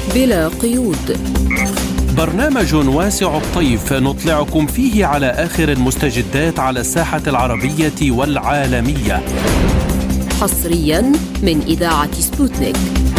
بلا قيود، برنامج واسع الطيف نطلعكم فيه على آخر المستجدات على الساحة العربية والعالمية، حصريا من إذاعة سبوتنيك.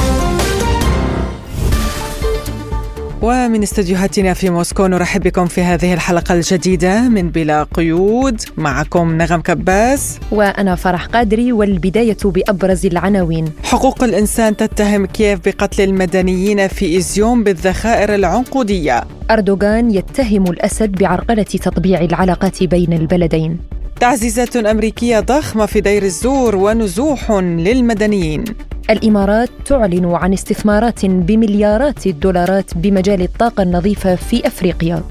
ومن استديوهاتنا في موسكو نرحب بكم في هذه الحلقة الجديدة من بلا قيود. معكم نغم كباس وأنا فرح قادري، والبداية بأبرز العناوين. حقوق الإنسان تتهم كييف بقتل المدنيين في إزيوم بالذخائر العنقودية. أردوغان يتهم الأسد بعرقلة تطبيع العلاقات بين البلدين. تعزيزات أمريكية ضخمة في دير الزور ونزوح للمدنيين. الإمارات تعلن عن استثمارات بمليارات الدولارات بمجال الطاقة النظيفة في أفريقيا.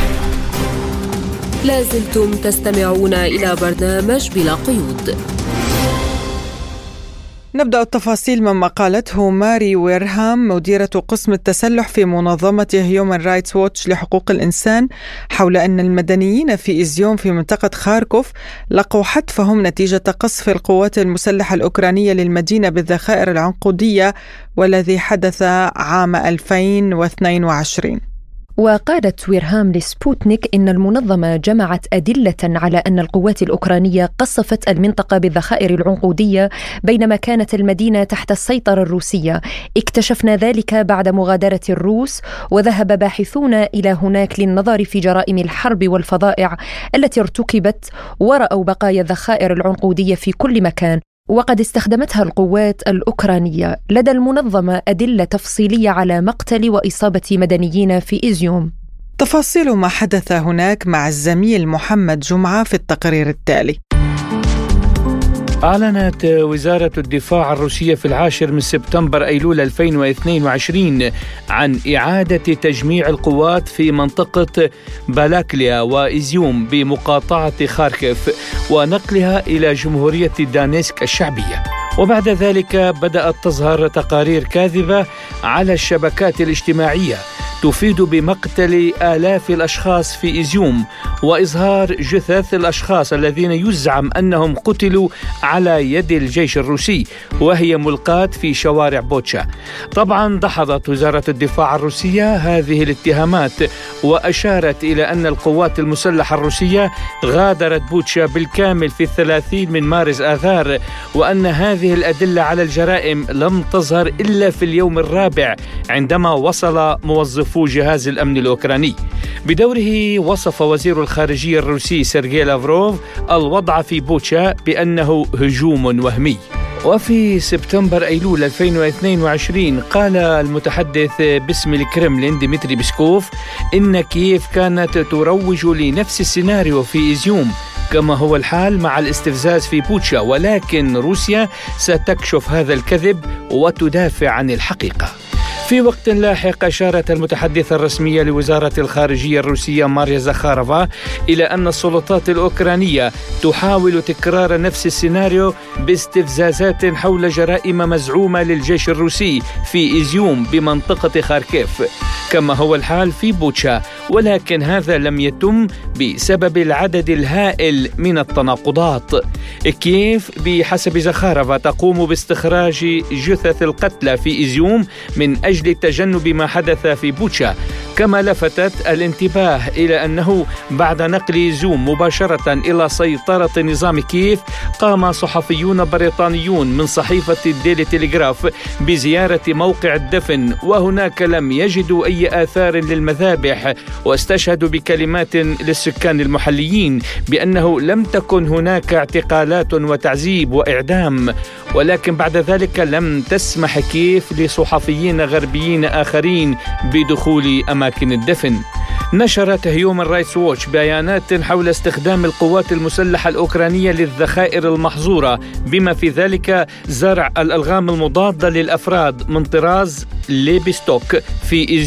لازلتم تستمعون إلى برنامج بلا قيود. نبدأ التفاصيل مما قالته ماري ويرهام مديرة قسم التسلح في منظمة هيومن رايتس ووتش لحقوق الإنسان حول أن المدنيين في إزيوم في منطقة خاركوف لقوا حتفهم نتيجة قصف القوات المسلحة الأوكرانية للمدينة بالذخائر العنقودية، والذي حدث عام 2022. وقالت ويرهام لسبوتنيك إن المنظمة جمعت أدلة على أن القوات الأوكرانية قصفت المنطقة بالذخائر العنقودية بينما كانت المدينة تحت السيطرة الروسية. اكتشفنا ذلك بعد مغادرة الروس، وذهب باحثون إلى هناك للنظر في جرائم الحرب والفظائع التي ارتكبت، ورأوا بقايا الذخائر العنقودية في كل مكان، وقد استخدمتها القوات الأوكرانية. لدى المنظمة أدلة تفصيلية على مقتل وإصابة مدنيين في إزيوم. تفاصيل ما حدث هناك مع الزميل محمد جمعة في التقرير التالي. أعلنت وزارة الدفاع الروسية في 10 من سبتمبر أيلول 2022 عن إعادة تجميع القوات في منطقة بالاكليا وإزيوم بمقاطعة خاركيف ونقلها إلى جمهورية دانيسك الشعبية. وبعد ذلك بدأت تظهر تقارير كاذبة على الشبكات الاجتماعية تفيد بمقتل آلاف الأشخاص في إزيوم وإظهار جثث الأشخاص الذين يزعم أنهم قتلوا على يد الجيش الروسي وهي ملقاة في شوارع بوتشا. طبعا دحضت وزارة الدفاع الروسية هذه الاتهامات وأشارت إلى أن القوات المسلحة الروسية غادرت بوتشا بالكامل في 30 من مارس آذار، وأن هذه الأدلة على الجرائم لم تظهر إلا في اليوم الرابع عندما وصل موظفو جهاز الأمن الأوكراني. بدوره وصف وزير الخارجية الروسي سيرجي لافروف الوضع في بوتشا بأنه هجوم وهمي. وفي سبتمبر أيلول 2022 قال المتحدث باسم الكرملين ديمتري بيسكوف إن كييف كانت تروج لنفس السيناريو في إزيوم كما هو الحال مع الاستفزاز في بوتشا، ولكن روسيا ستكشف هذا الكذب وتدافع عن الحقيقة. في وقت لاحق أشارت المتحدثة الرسمية لوزارة الخارجية الروسية ماريا زخارفا إلى أن السلطات الأوكرانية تحاول تكرار نفس السيناريو باستفزازات حول جرائم مزعومة للجيش الروسي في إزيوم بمنطقة خاركيف كما هو الحال في بوتشا، ولكن هذا لم يتم بسبب العدد الهائل من التناقضات. كييف بحسب زخارفا تقوم باستخراج جثث القتلى في إزيوم من أجل تجنب ما حدث في بوتشا، كما لفتت الانتباه إلى أنه بعد نقل إزيوم مباشرة إلى سيطرة نظام كييف قام صحفيون بريطانيون من صحيفة الديلي تيليغراف بزيارة موقع الدفن، وهناك لم يجدوا أي آثار للمذابح، واستشهدوا بكلمات للسكان المحليين بأنه لم تكن هناك اعتقالات وتعذيب وإعدام. ولكن بعد ذلك لم تسمح كييف لصحفيين غربيين آخرين بدخول أماكن الدفن. نشرت هيومن رايتس ووتش بيانات حول استخدام القوات المسلحة الأوكرانية للذخائر المحظورة بما في ذلك زرع الألغام المضادة للأفراد من طراز ليبستوك في إزيوم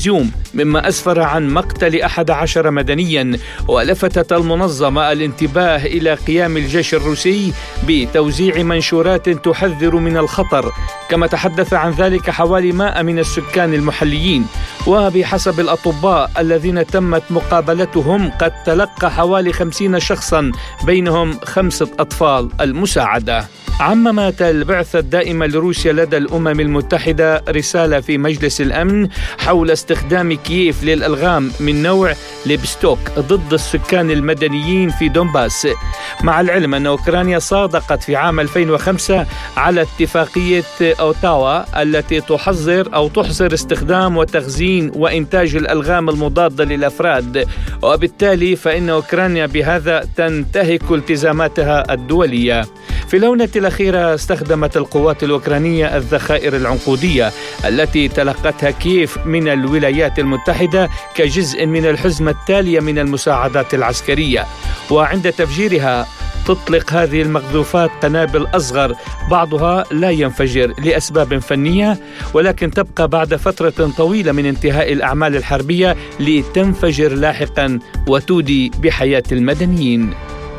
مما أسفر عن مقتل 11 مدنيا. ولفتت المنظمة الانتباه إلى قيام الجيش الروسي بتوزيع منشورات تحذر من الخطر، كما تحدث عن ذلك حوالي 100 من السكان المحليين. وبحسب الأطباء الذين تمت مقابلتهم قد تلقى حوالي 50 شخصا بينهم 5 أطفال المساعدة. عممت البعثة الدائمة لروسيا لدى الأمم المتحدة رسالة في مجلس الأمن حول استخدام كييف للألغام من نوع ليبستوك ضد السكان المدنيين في دونباس، مع العلم أن أوكرانيا صادقت في عام 2005 على اتفاقية أوتاوا التي تحظر استخدام وتخزين وإنتاج الألغام المضادة للأفراد، وبالتالي فإن أوكرانيا بهذا تنتهك التزاماتها الدولية. في الآونة الأخيرة استخدمت القوات الأوكرانية الذخائر العنقودية التي تلقتها كييف من الولايات المتحدة كجزء من الحزمة التالية من المساعدات العسكرية، وعند تفجيرها تطلق هذه المقذوفات قنابل أصغر بعضها لا ينفجر لأسباب فنية، ولكن تبقى بعد فترة طويلة من انتهاء الأعمال الحربية لتنفجر لاحقا وتودي بحياة المدنيين.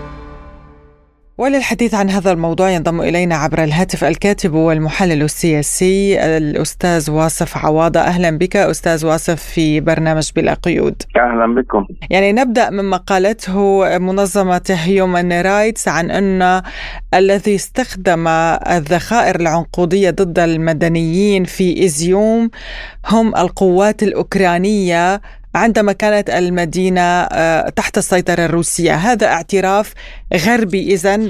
وللحديث عن هذا الموضوع ينضم إلينا عبر الهاتف الكاتب والمحلل السياسي الأستاذ واصف عواضة. أهلا بك أستاذ واصف في برنامج بلا قيود. أهلا بكم. يعني نبدأ مما قالته منظمة هيومن رايتس عن أن الذي استخدم الذخائر العنقودية ضد المدنيين في إزيوم هم القوات الأوكرانية عندما كانت المدينة تحت السيطرة الروسية. هذا اعتراف غربي إذن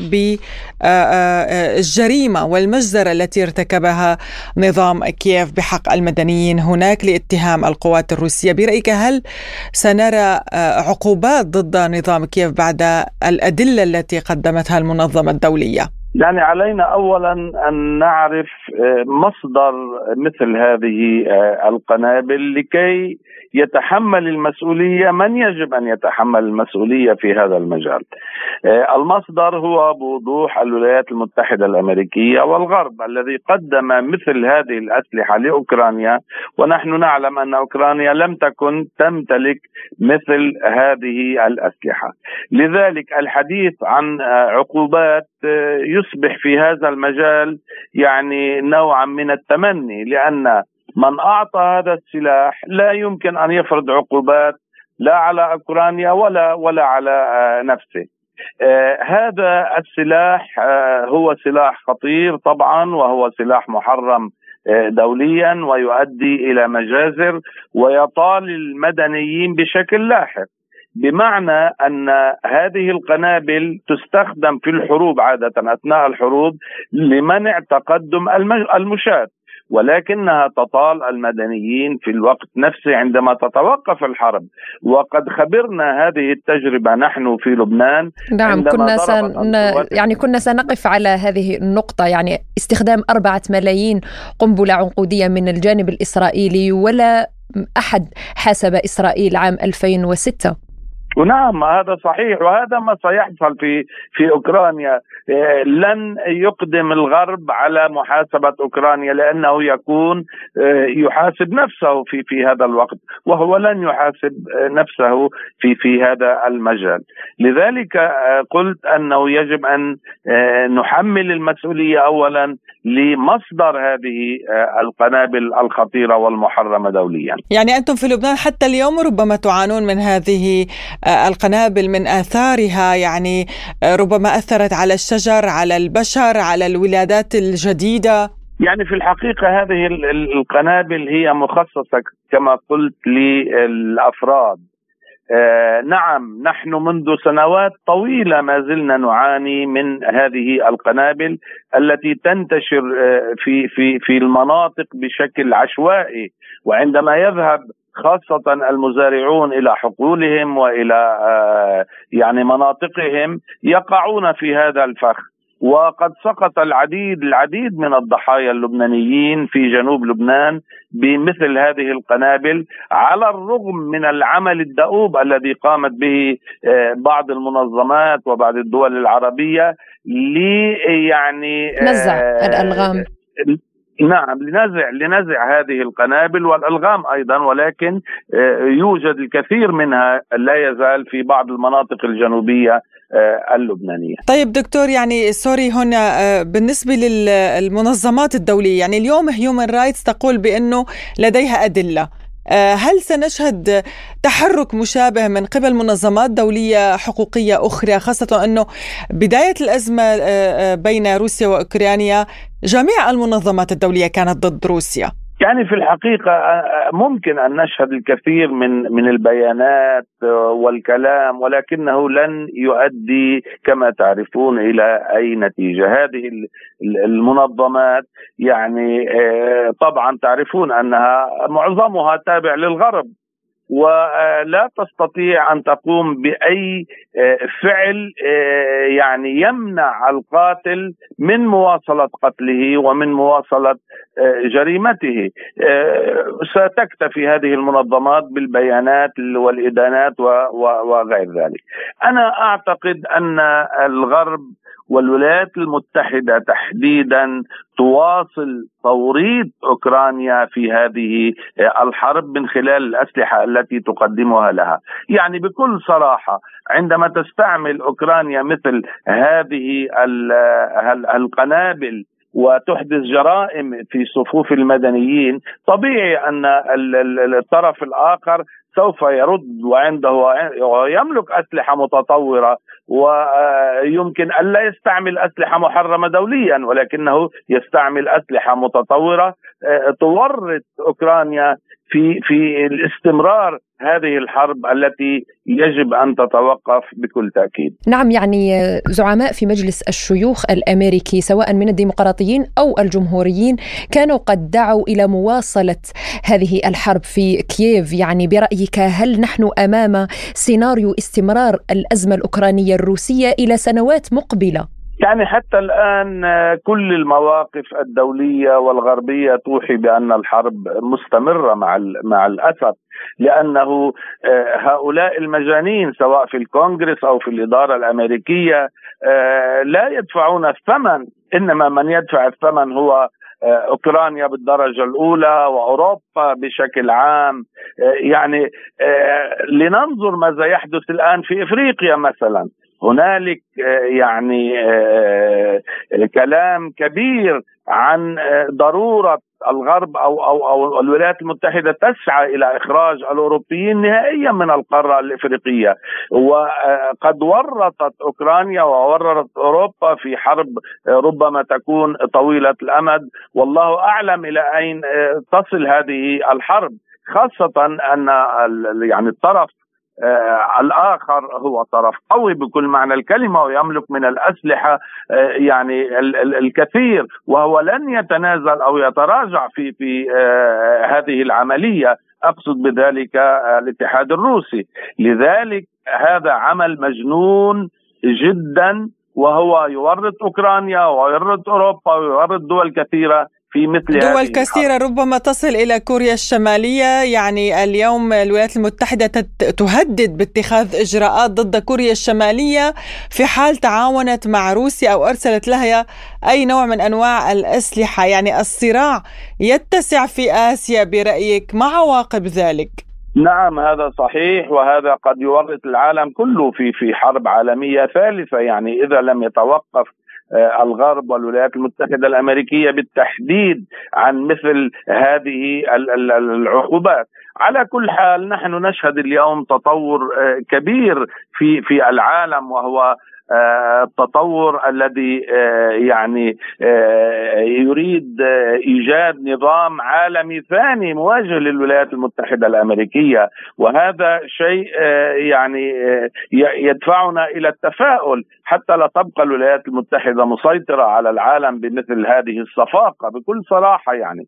بالجريمة والمجزرة التي ارتكبها نظام كييف بحق المدنيين هناك لاتهام القوات الروسية. برأيك هل سنرى عقوبات ضد نظام كييف بعد الأدلة التي قدمتها المنظمة الدولية؟ يعني علينا أولا أن نعرف مصدر مثل هذه القنابل لكي يتحمل المسؤولية من يجب أن يتحمل المسؤولية في هذا المجال. المصدر هو بوضوح الولايات المتحدة الأمريكية والغرب الذي قدم مثل هذه الأسلحة لأوكرانيا، ونحن نعلم أن أوكرانيا لم تكن تمتلك مثل هذه الأسلحة. لذلك الحديث عن عقوبات يصبح في هذا المجال يعني نوعا من التمني، لأن من أعطى هذا السلاح لا يمكن أن يفرض عقوبات لا على أوكرانيا ولا على نفسه. هذا السلاح هو سلاح خطير طبعا، وهو سلاح محرم دوليا ويؤدي إلى مجازر ويطال المدنيين بشكل لاحق، بمعنى أن هذه القنابل تستخدم في الحروب عادة أثناء الحروب لمنع تقدم المشاة، ولكنها تطال المدنيين في الوقت نفسه عندما تتوقف الحرب. وقد خبرنا هذه التجربة نحن في لبنان. نعم، كنا سنقف على هذه النقطة، يعني استخدام 4 ملايين قنبلة عنقودية من الجانب الإسرائيلي، ولا أحد حاسب إسرائيل عام 2006. ونعم هذا صحيح، وهذا ما سيحصل في أوكرانيا. لن يقدم الغرب على محاسبة أوكرانيا لأنه يكون يحاسب نفسه في هذا الوقت، وهو لن يحاسب نفسه في هذا المجال. لذلك قلت أنه يجب أن نحمل المسؤولية أولا لمصدر هذه القنابل الخطيرة والمحرمة دوليا. يعني أنتم في لبنان حتى اليوم ربما تعانون من هذه القنابل، من آثارها، يعني ربما أثرت على الشجر، على البشر، على الولادات الجديدة. يعني في الحقيقة هذه القنابل هي مخصصة كما قلت للأفراد. نعم، نحن منذ سنوات طويلة ما زلنا نعاني من هذه القنابل التي تنتشر في المناطق بشكل عشوائي، وعندما يذهب خاصة المزارعون إلى حقولهم وإلى يعني مناطقهم يقعون في هذا الفخ. وقد سقط العديد من الضحايا اللبنانيين في جنوب لبنان بمثل هذه القنابل، على الرغم من العمل الدؤوب الذي قامت به بعض المنظمات وبعض الدول العربية يعني نزع الألغام. نعم، لنزع هذه القنابل والألغام أيضا، ولكن يوجد الكثير منها لا يزال في بعض المناطق الجنوبية اللبنانية. طيب دكتور، يعني سوري هنا بالنسبة للمنظمات الدولية، يعني اليوم هيومن رايتس تقول بأنه لديها أدلة، هل سنشهد تحرك مشابه من قبل منظمات دولية حقوقية أخرى، خاصة أنه بداية الأزمة بين روسيا وأوكرانيا جميع المنظمات الدولية كانت ضد روسيا؟ يعني في الحقيقة ممكن أن نشهد الكثير من البيانات والكلام، ولكنه لن يؤدي كما تعرفون إلى أي نتيجة. هذه المنظمات يعني طبعا تعرفون أنها معظمها تابع للغرب، ولا تستطيع أن تقوم بأي فعل يعني يمنع القاتل من مواصلة قتله ومن مواصلة جريمته. ستكتفي هذه المنظمات بالبيانات والإدانات وغير ذلك. أنا أعتقد أن الغرب والولايات المتحدة تحديدا تواصل توريط أوكرانيا في هذه الحرب من خلال الأسلحة التي تقدمها لها. يعني بكل صراحة عندما تستعمل أوكرانيا مثل هذه القنابل وتحدث جرائم في صفوف المدنيين، طبيعي أن الطرف الآخر سوف يرد، وعنده يملك أسلحة متطورة، ويمكن ألا يستعمل أسلحة محرمة دوليا، ولكنه يستعمل أسلحة متطورة تورط أوكرانيا في الاستمرار هذه الحرب التي يجب أن تتوقف بكل تأكيد. نعم، يعني زعماء في مجلس الشيوخ الأمريكي سواء من الديمقراطيين أو الجمهوريين كانوا قد دعوا إلى مواصلة هذه الحرب في كييف. يعني برأيك هل نحن أمام سيناريو استمرار الأزمة الأوكرانية الروسية إلى سنوات مقبلة؟ يعني حتى الآن كل المواقف الدولية والغربية توحي بأن الحرب مستمرة مع الأسف، لأنه هؤلاء المجانين سواء في الكونغرس أو في الإدارة الأمريكية لا يدفعون الثمن، إنما من يدفع الثمن هو أوكرانيا بالدرجة الأولى وأوروبا بشكل عام. يعني لننظر ماذا يحدث الآن في إفريقيا مثلا. هنالك يعني كلام كبير عن ضرورة الغرب أو الولايات المتحدة تسعى إلى إخراج الأوروبيين نهائيا من القارة الإفريقية، وقد ورطت أوكرانيا وورطت أوروبا في حرب ربما تكون طويلة الأمد، والله أعلم إلى أين تصل هذه الحرب، خاصة أن يعني الطرف الآخر هو طرف قوي بكل معنى الكلمة ويملك من الأسلحة يعني الكثير، وهو لن يتنازل أو يتراجع في هذه العملية. أقصد بذلك الاتحاد الروسي. لذلك هذا عمل مجنون جدا، وهو يورط أوكرانيا ويورط أوروبا ويورط دول كثيرة في مثل دول كثيرة ربما تصل إلى كوريا الشمالية. يعني اليوم الولايات المتحدة تهدد باتخاذ إجراءات ضد كوريا الشمالية في حال تعاونت مع روسيا أو أرسلت لها أي نوع من أنواع الأسلحة. يعني الصراع يتسع في آسيا برأيك، ما عواقب ذلك؟ نعم، هذا صحيح، وهذا قد يورط العالم كله في حرب عالمية ثالثة، يعني إذا لم يتوقف الغرب والولايات المتحدة الأمريكية بالتحديد عن مثل هذه العقوبات. على كل حال نحن نشهد اليوم تطور كبير في العالم، وهو التطور الذي يعني يريد إيجاد نظام عالمي ثاني مواجه للولايات المتحدة الأمريكية، وهذا شيء يعني يدفعنا إلى التفاؤل حتى لا تبقى الولايات المتحدة مسيطرة على العالم بمثل هذه الصفاقة بكل صراحة. يعني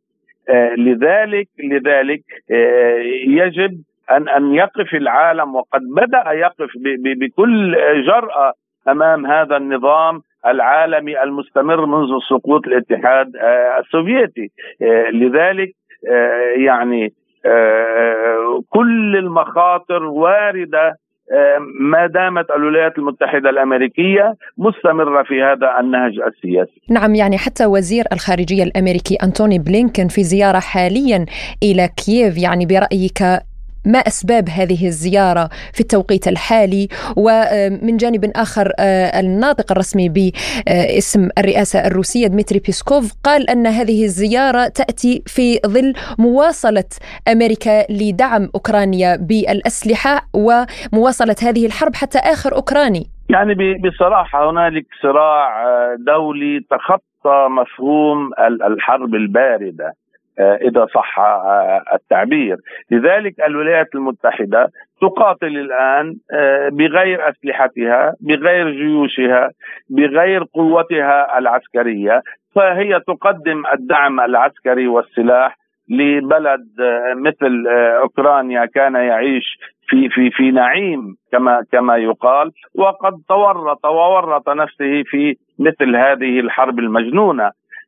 لذلك يجب أن يقف العالم، وقد بدأ يقف بكل جرأة أمام هذا النظام العالمي المستمر منذ سقوط الاتحاد السوفيتي. لذلك يعني كل المخاطر واردة ما دامت الولايات المتحدة الأمريكية مستمرة في هذا النهج السياسي. نعم، يعني حتى وزير الخارجية الأمريكي أنتوني بلينكن في زيارة حاليا إلى كييف، يعني برأيك ما أسباب هذه الزيارة في التوقيت الحالي؟ ومن جانب آخر الناطق الرسمي باسم الرئاسة الروسية دمتري بيسكوف قال أن هذه الزيارة تأتي في ظل مواصلة أمريكا لدعم أوكرانيا بالأسلحة ومواصلة هذه الحرب حتى آخر أوكراني. يعني بصراحة هنالك صراع دولي تخطى مفهوم الحرب الباردة إذا صح التعبير. لذلك الولايات المتحدة تقاتل الآن بغير أسلحتها، بغير جيوشها، بغير قوتها العسكرية، فهي تقدم الدعم العسكري والسلاح لبلد مثل أوكرانيا كان يعيش في نعيم كما يقال، وقد تورط نفسه في مثل هذه الحرب المجنونة.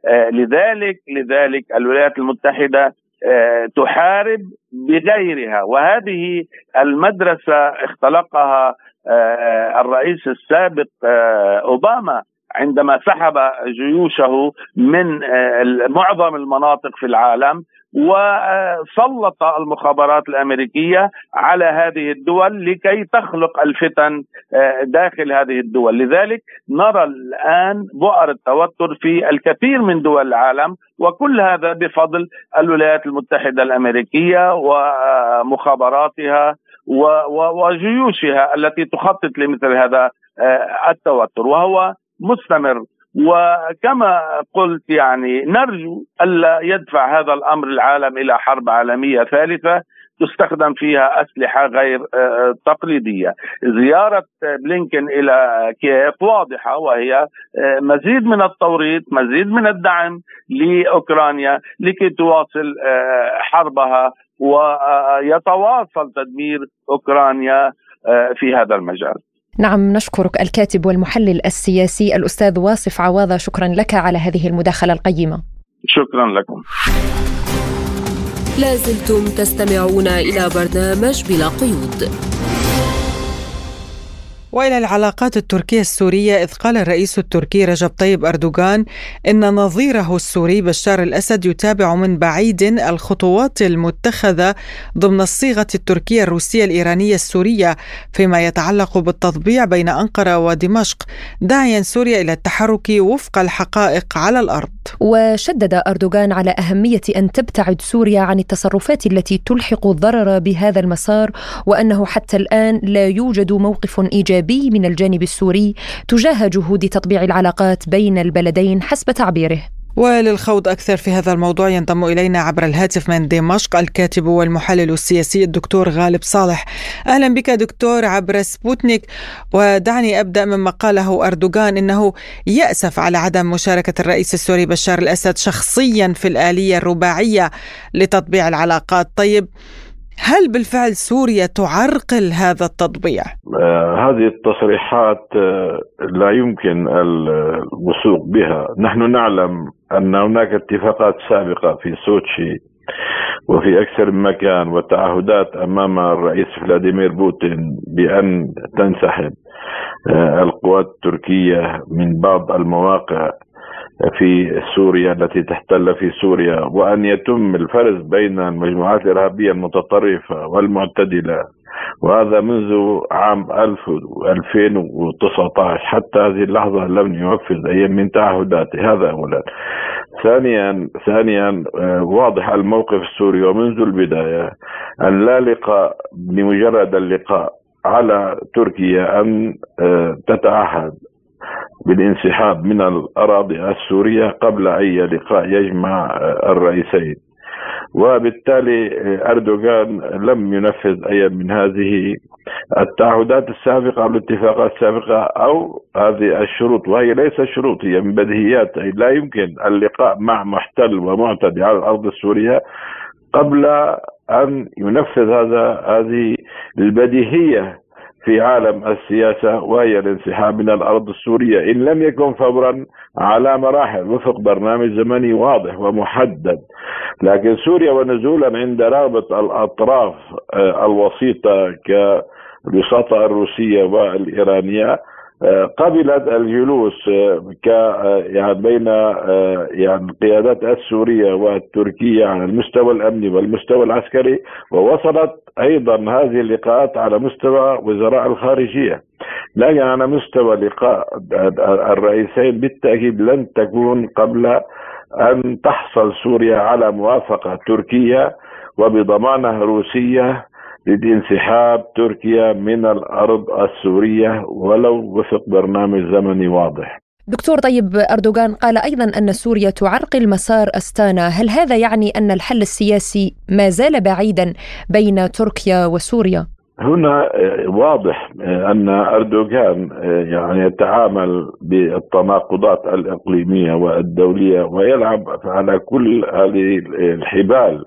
لذلك الولايات المتحدة تحارب بغيرها، وهذه المدرسة اختلقها الرئيس السابق أوباما عندما سحب جيوشه من معظم المناطق في العالم وسلط المخابرات الأمريكية على هذه الدول لكي تخلق الفتن داخل هذه الدول. لذلك نرى الآن بؤر التوتر في الكثير من دول العالم، وكل هذا بفضل الولايات المتحدة الأمريكية ومخابراتها وجيوشها التي تخطط لمثل هذا التوتر، وهو مستمر. وكما قلت يعني نرجو ألا يدفع هذا الأمر العالم إلى حرب عالمية ثالثة تستخدم فيها أسلحة غير تقليدية. زيارة بلينكن إلى كييف واضحة، وهي مزيد من التوريط، مزيد من الدعم لأوكرانيا لكي تواصل حربها ويتواصل تدمير أوكرانيا في هذا المجال. نعم، نشكرك الكاتب والمحلل السياسي الأستاذ واصف عواضة، شكرا لك على هذه المداخلة القيمة. شكرا لكم. لازلتم تستمعون إلى برنامج بلا قيود. وإلى العلاقات التركية السورية، إذ قال الرئيس التركي رجب طيب أردوغان إن نظيره السوري بشار الأسد يتابع من بعيد الخطوات المتخذة ضمن الصيغة التركية الروسية الإيرانية السورية فيما يتعلق بالتطبيع بين أنقرة ودمشق، داعيا سوريا إلى التحرك وفق الحقائق على الأرض. وشدد أردوغان على أهمية أن تبتعد سوريا عن التصرفات التي تلحق الضرر بهذا المسار، وأنه حتى الآن لا يوجد موقف إيجابي من الجانب السوري تجاه جهود تطبيع العلاقات بين البلدين حسب تعبيره. وللخوض أكثر في هذا الموضوع ينضم إلينا عبر الهاتف من دمشق الكاتب والمحلل السياسي الدكتور غالب صالح. أهلا بك دكتور عبر سبوتنيك. ودعني أبدأ مما قاله أردوغان إنه يأسف على عدم مشاركة الرئيس السوري بشار الأسد شخصيا في الآلية الرباعية لتطبيع العلاقات. طيب، هل بالفعل سوريا تعرقل هذا التطبيع؟ هذه التصريحات لا يمكن الوثوق بها. نحن نعلم أن هناك اتفاقات سابقة في سوتشي وفي أكثر من مكان وتعهدات أمام الرئيس فلاديمير بوتين بأن تنسحب القوات التركية من بعض المواقع في سوريا التي تحتل في سوريا، وأن يتم الفرز بين المجموعات الإرهابية المتطرفة والمعتدلة، وهذا منذ عام 2019 حتى هذه اللحظة لم ينفذ أي من تعهداته. هذا أولا. ثانيا واضح الموقف السوري ومنذ البداية أن لا لقاء بمجرد اللقاء على تركيا أن تتعهد بالانسحاب من الأراضي السورية قبل أي لقاء يجمع الرئيسين، وبالتالي أردوغان لم ينفذ أي من هذه التعهدات السابقة أو الاتفاقات السابقة أو هذه الشروط، وهي ليس شروط، هي من بديهيات. لا يمكن اللقاء مع محتل ومعتدي على الأرض السورية قبل أن ينفذ هذه البديهية في عالم السياسة، وهي الانسحاب من الأرض السورية إن لم يكن فورا على مراحل وفق برنامج زمني واضح ومحدد. لكن سوريا ونزولا عند رغبة الأطراف الوسيطة الوساطة الروسية والإيرانية قبلت الجلوس بين القيادات السورية والتركية على المستوى الأمني والمستوى العسكري، ووصلت أيضا هذه اللقاءات على مستوى وزراء الخارجية. لكن على مستوى لقاء الرئيسين بالتأكيد لن تكون قبل أن تحصل سوريا على موافقة تركية وبضمانة روسية لانسحاب تركيا من الأرض السورية ولو وفق برنامج زمني واضح. دكتور، طيب أردوغان قال أيضا أن سوريا تعرقل مسار أستانا، هل هذا يعني أن الحل السياسي ما زال بعيدا بين تركيا وسوريا؟ هنا واضح أن أردوغان يتعامل بالتناقضات الإقليمية والدولية ويلعب على كل هذه الحبال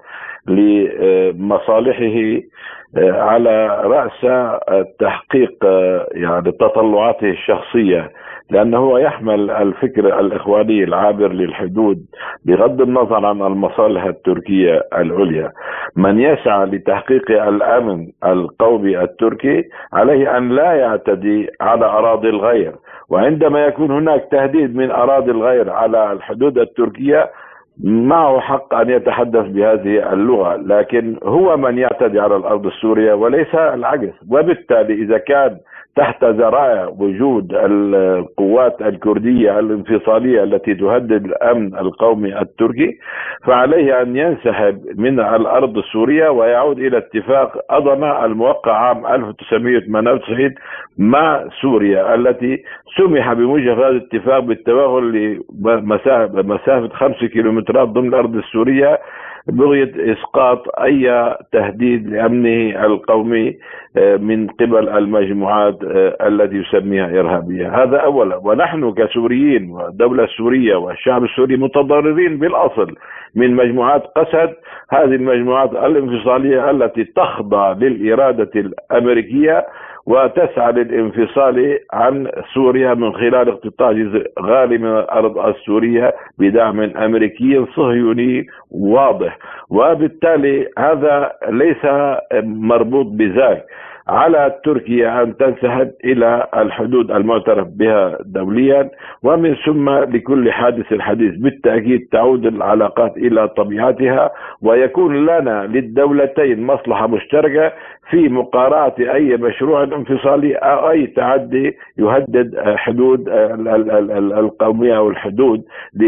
لمصالحه على رأس تحقيق تطلعاته الشخصية، لأنه يحمل الفكر الإخواني العابر للحدود بغض النظر عن المصالح التركية العليا. من يسعى لتحقيق الأمن القومي التركي عليه أن لا يعتدي على أراضي الغير، وعندما يكون هناك تهديد من أراضي الغير على الحدود التركية معه حق أن يتحدث بهذه اللغة، لكن هو من يعتدي على الأرض السورية وليس العكس. وبالتالي إذا كان تحت ذرائع وجود القوات الكردية الانفصالية التي تهدد الأمن القومي التركي، فعليه أن ينسحب من الأرض السورية ويعود إلى اتفاق أضنا الموقع عام 1998 مع سوريا، التي سمح بموجب هذا الاتفاق بالتوغل لمسافة 5 كيلومترات ضمن الأرض السورية بغية إسقاط أي تهديد لأمنه القومي من قبل المجموعات التي يسميها إرهابية. هذا أولا. ونحن كسوريين والدولة السورية والشعب السوري متضررين بالأصل من مجموعات قسد، هذه المجموعات الانفصالية التي تخضع للإرادة الأمريكية وتسعى للانفصال عن سوريا من خلال اقتطاع جزء غالي من الأرض السورية بدعم أمريكي صهيوني واضح. وبالتالي هذا ليس مربوط بذاك. على تركيا أن تنسحب إلى الحدود المعترف بها دوليا، ومن ثم لكل حادث الحديث بالتأكيد تعود العلاقات إلى طبيعتها، ويكون لنا للدولتين مصلحة مشتركة في مقاراة أي مشروع انفصالي أو أي تعدي يهدد حدود القومية والحدود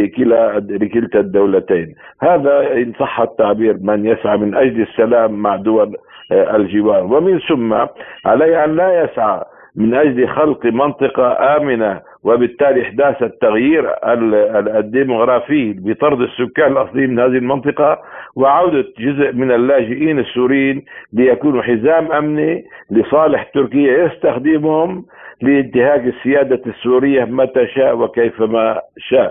لكلتا الدولتين. هذا إن صح التعبير من يسعى من أجل السلام مع دول الجوار. ومن ثم عليه أن لا يسعى من أجل خلق منطقة آمنة وبالتالي إحداث التغيير الديموغرافي بطرد السكان الأصليين من هذه المنطقة وعودة جزء من اللاجئين السوريين ليكونوا حزام أمني لصالح تركيا يستخدمهم لانتهاك السيادة السورية متى شاء وكيفما شاء.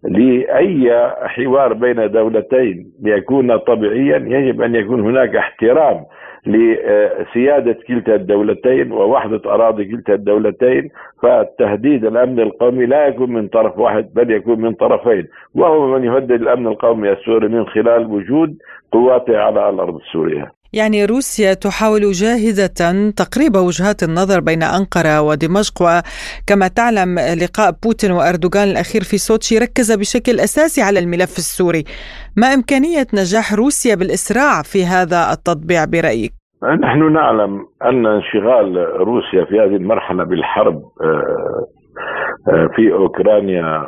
لأي حوار بين دولتين ليكون طبيعيا يجب أن يكون هناك احترام لسيادة كلتا الدولتين ووحدة أراضي كلتا الدولتين، فالتهديد الأمن القومي لا يكون من طرف واحد بل يكون من طرفين، وهو من يهدد الأمن القومي السوري من خلال وجود قواته على الأرض السورية. يعني روسيا تحاول جاهدة تقريب وجهات النظر بين أنقرة ودمشق، وكما تعلم لقاء بوتين وأردوغان الأخير في سوتشي ركز بشكل أساسي على الملف السوري. ما إمكانية نجاح روسيا بالإسراع في هذا التطبيع برأيك؟ نحن نعلم أن انشغال روسيا في هذه المرحلة بالحرب في أوكرانيا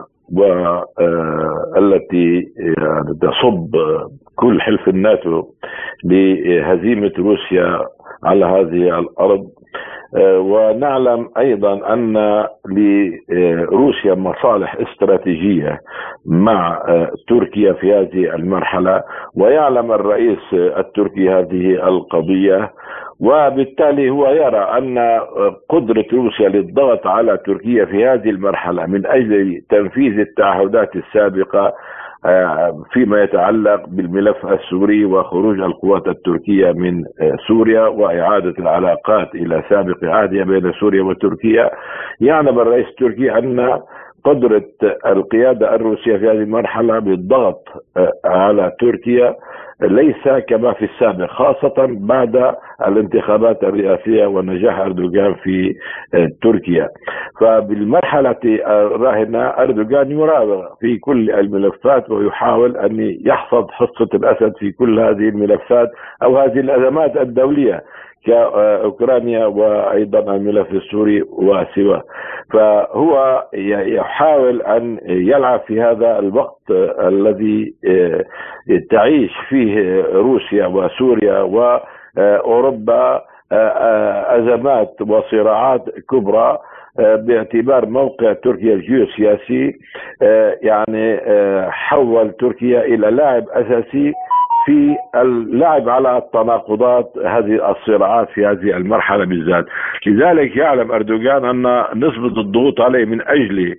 والتي تصب كل حلف الناتو لهزيمة روسيا على هذه الأرض. ونعلم أيضا أن لروسيا مصالح استراتيجية مع تركيا في هذه المرحلة، ويعلم الرئيس التركي هذه القضية، وبالتالي هو يرى أن قدرة روسيا للضغط على تركيا في هذه المرحلة من أجل تنفيذ التعهدات السابقة فيما يتعلق بالملف السوري وخروج القوات التركية من سوريا وإعادة العلاقات إلى سابق عهدها بين سوريا وتركيا. يعلم الرئيس التركي أن قدرة القيادة الروسية في هذه المرحلة بالضغط على تركيا ليس كما في السابق، خاصة بعد الانتخابات الرئاسية ونجاح أردوغان في تركيا. فبالمرحلة الراهنة أردوغان يراوغ في كل الملفات ويحاول أن يحصد حصة الأسد في كل هذه الملفات أو هذه الأزمات الدولية كأوكرانيا وأيضا الملف السوري وسواه. فهو يحاول أن يلعب في هذا الوقت الذي تعيش فيه روسيا وسوريا وأوروبا أزمات وصراعات كبرى، باعتبار موقع تركيا الجيوسياسي يعني حول تركيا إلى لاعب أساسي في اللعب على التناقضات هذه الصراعات في هذه المرحلة بالذات. لذلك يعلم أردوغان أن نسبة الضغوط عليه من أجل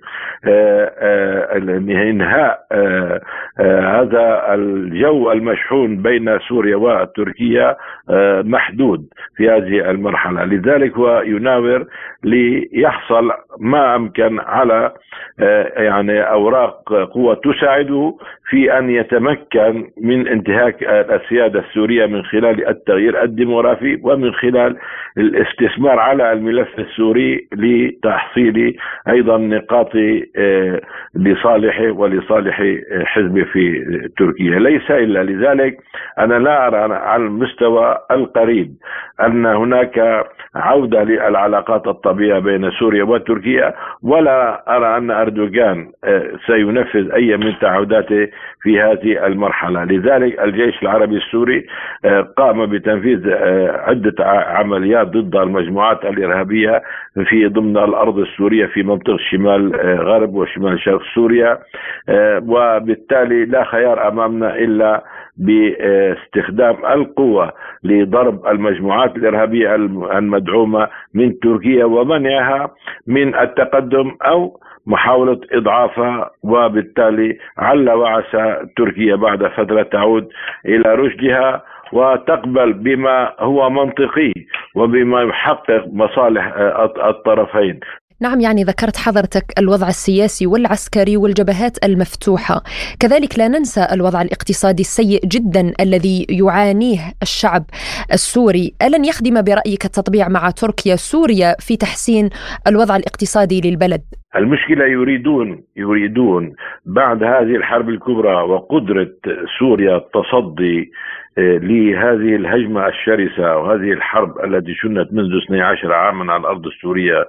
إنهاء هذا الجو المشحون بين سوريا وتركيا محدود في هذه المرحلة. لذلك هو يناور ليحصل ما أمكن على يعني أوراق قوة تساعده في أن يتمكن من انتهاك السيادة السورية من خلال التغيير الديموغرافي ومن خلال الاستثمار على الملف السوري لتحصيل أيضا نقاط لصالحه ولصالح حزبه في تركيا. ليس إلا لذلك أنا لا أرى على المستوى القريب أن هناك عودة للعلاقات الطبيعية بين سوريا وتركيا، ولا أرى أن أردوغان سينفذ أي من تعهداته في هذه المرحلة. لذلك الجيش العربي السوري قام بتنفيذ عدة عمليات ضد المجموعات الإرهابية في ضمن الأرض السورية في منطقة شمال غرب وشمال شرق سوريا، وبالتالي لا خيار أمامنا إلا باستخدام القوة لضرب المجموعات الإرهابية المدعومة من تركيا ومنعها من التقدم أو محاولة إضعافها، وبالتالي عل وعسى تركيا بعد فترة تعود إلى رشدها وتقبل بما هو منطقي وبما يحقق مصالح الطرفين. نعم، يعني ذكرت حضرتك الوضع السياسي والعسكري والجبهات المفتوحة، كذلك لا ننسى الوضع الاقتصادي السيء جدا الذي يعانيه الشعب السوري. ألن يخدم برأيك التطبيع مع تركيا سوريا في تحسين الوضع الاقتصادي للبلد؟ المشكلة يريدون بعد هذه الحرب الكبرى وقدرة سوريا التصدي لهذه الهجمة الشرسة وهذه الحرب التي شنت منذ 12 عاما على الأرض السورية،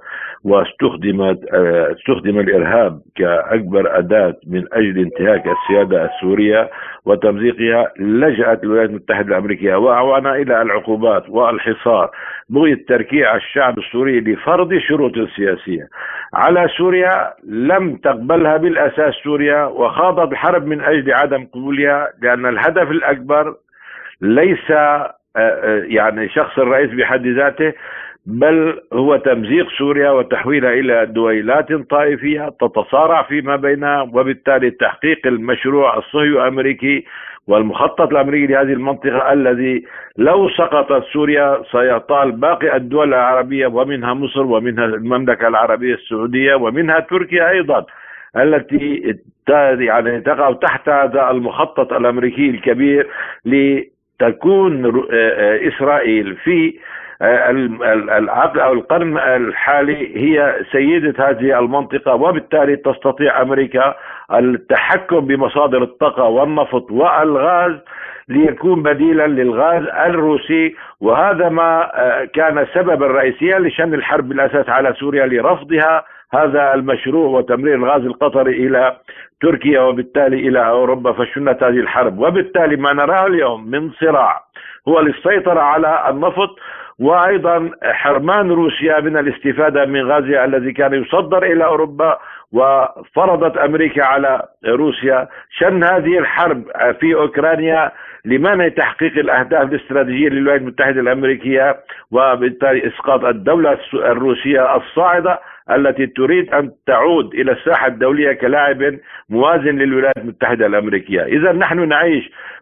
واستخدم الإرهاب كأكبر أداة من أجل انتهاك السيادة السورية وتمزيقها. لجأت الولايات المتحدة الأمريكية وأعوانها إلى العقوبات والحصار بغية تركيع الشعب السوري لفرض شروط سياسية على سوريا لم تقبلها بالأساس سوريا، وخاضت الحرب من أجل عدم قبولها، لأن الهدف الأكبر ليس يعني شخص الرئيس بحد ذاته، بل هو تمزيق سوريا وتحويلها إلى دويلات طائفية تتصارع فيما بينها، وبالتالي تحقيق المشروع الصهيوني الأمريكي والمخطط الأمريكي لهذه المنطقة الذي لو سقطت سوريا سيطال باقي الدول العربية ومنها مصر ومنها المملكة العربية السعودية ومنها تركيا أيضا التي يعني تقع تحت هذا المخطط الأمريكي الكبير لتكون إسرائيل في العقد أو القرن الحالي هي سيدة هذه المنطقة، وبالتالي تستطيع أمريكا التحكم بمصادر الطاقة والنفط والغاز ليكون بديلا للغاز الروسي. وهذا ما كان السبب الرئيسي لشن الحرب بالأساس على سوريا، لرفضها هذا المشروع وتمرير الغاز القطري إلى تركيا وبالتالي إلى أوروبا، فشنت هذه الحرب. وبالتالي ما نراه اليوم من صراع هو للسيطرة على النفط، وأيضا حرمان روسيا من الاستفادة من غازها الذي كان يصدر إلى أوروبا. وفرضت أمريكا على روسيا شن هذه الحرب في أوكرانيا لمنع تحقيق الأهداف الاستراتيجية للولايات المتحدة الأمريكية، وبالتالي إسقاط الدولة الروسية الصاعدة التي تريد أن تعود إلى الساحة الدولية كلاعب موازن للولايات المتحدة الأمريكية. إذا نحن نعيش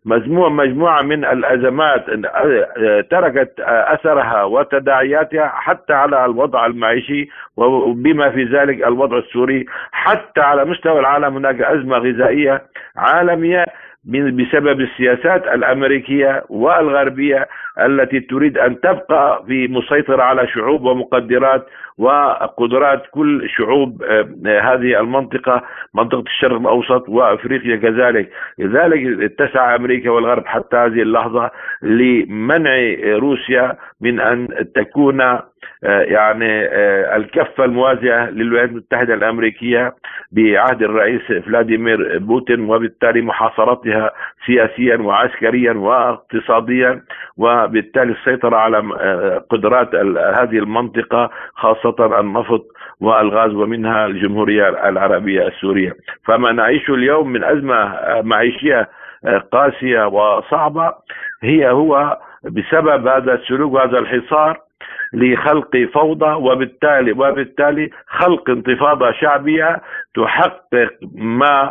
مجموعة من الأزمات تركت أثرها وتداعياتها حتى على الوضع المعيشي، وبما في ذلك الوضع السوري. حتى على مستوى العالم هناك أزمة غذائية عالمية بسبب السياسات الأمريكية والغربية التي تريد أن تبقى في مسيطرة على شعوب ومقدرات وقدرات كل شعوب هذه المنطقة، منطقة الشرق الأوسط وأفريقيا كذلك. لذلك تسعى أمريكا والغرب حتى هذه اللحظة لمنع روسيا من أن تكون يعني الكفة الموازية للولايات المتحدة الأمريكية بعهد الرئيس فلاديمير بوتين، وبالتالي محاصرتها سياسيا وعسكريا واقتصاديا، وبالتالي السيطرة على قدرات هذه المنطقة خاصة النفط والغاز ومنها الجمهورية العربية السورية. فما نعيشه اليوم من أزمة معيشية قاسية وصعبة هو بسبب هذا السلوك وهذا الحصار لخلق فوضى، وبالتالي خلق انتفاضة شعبية تحقق ما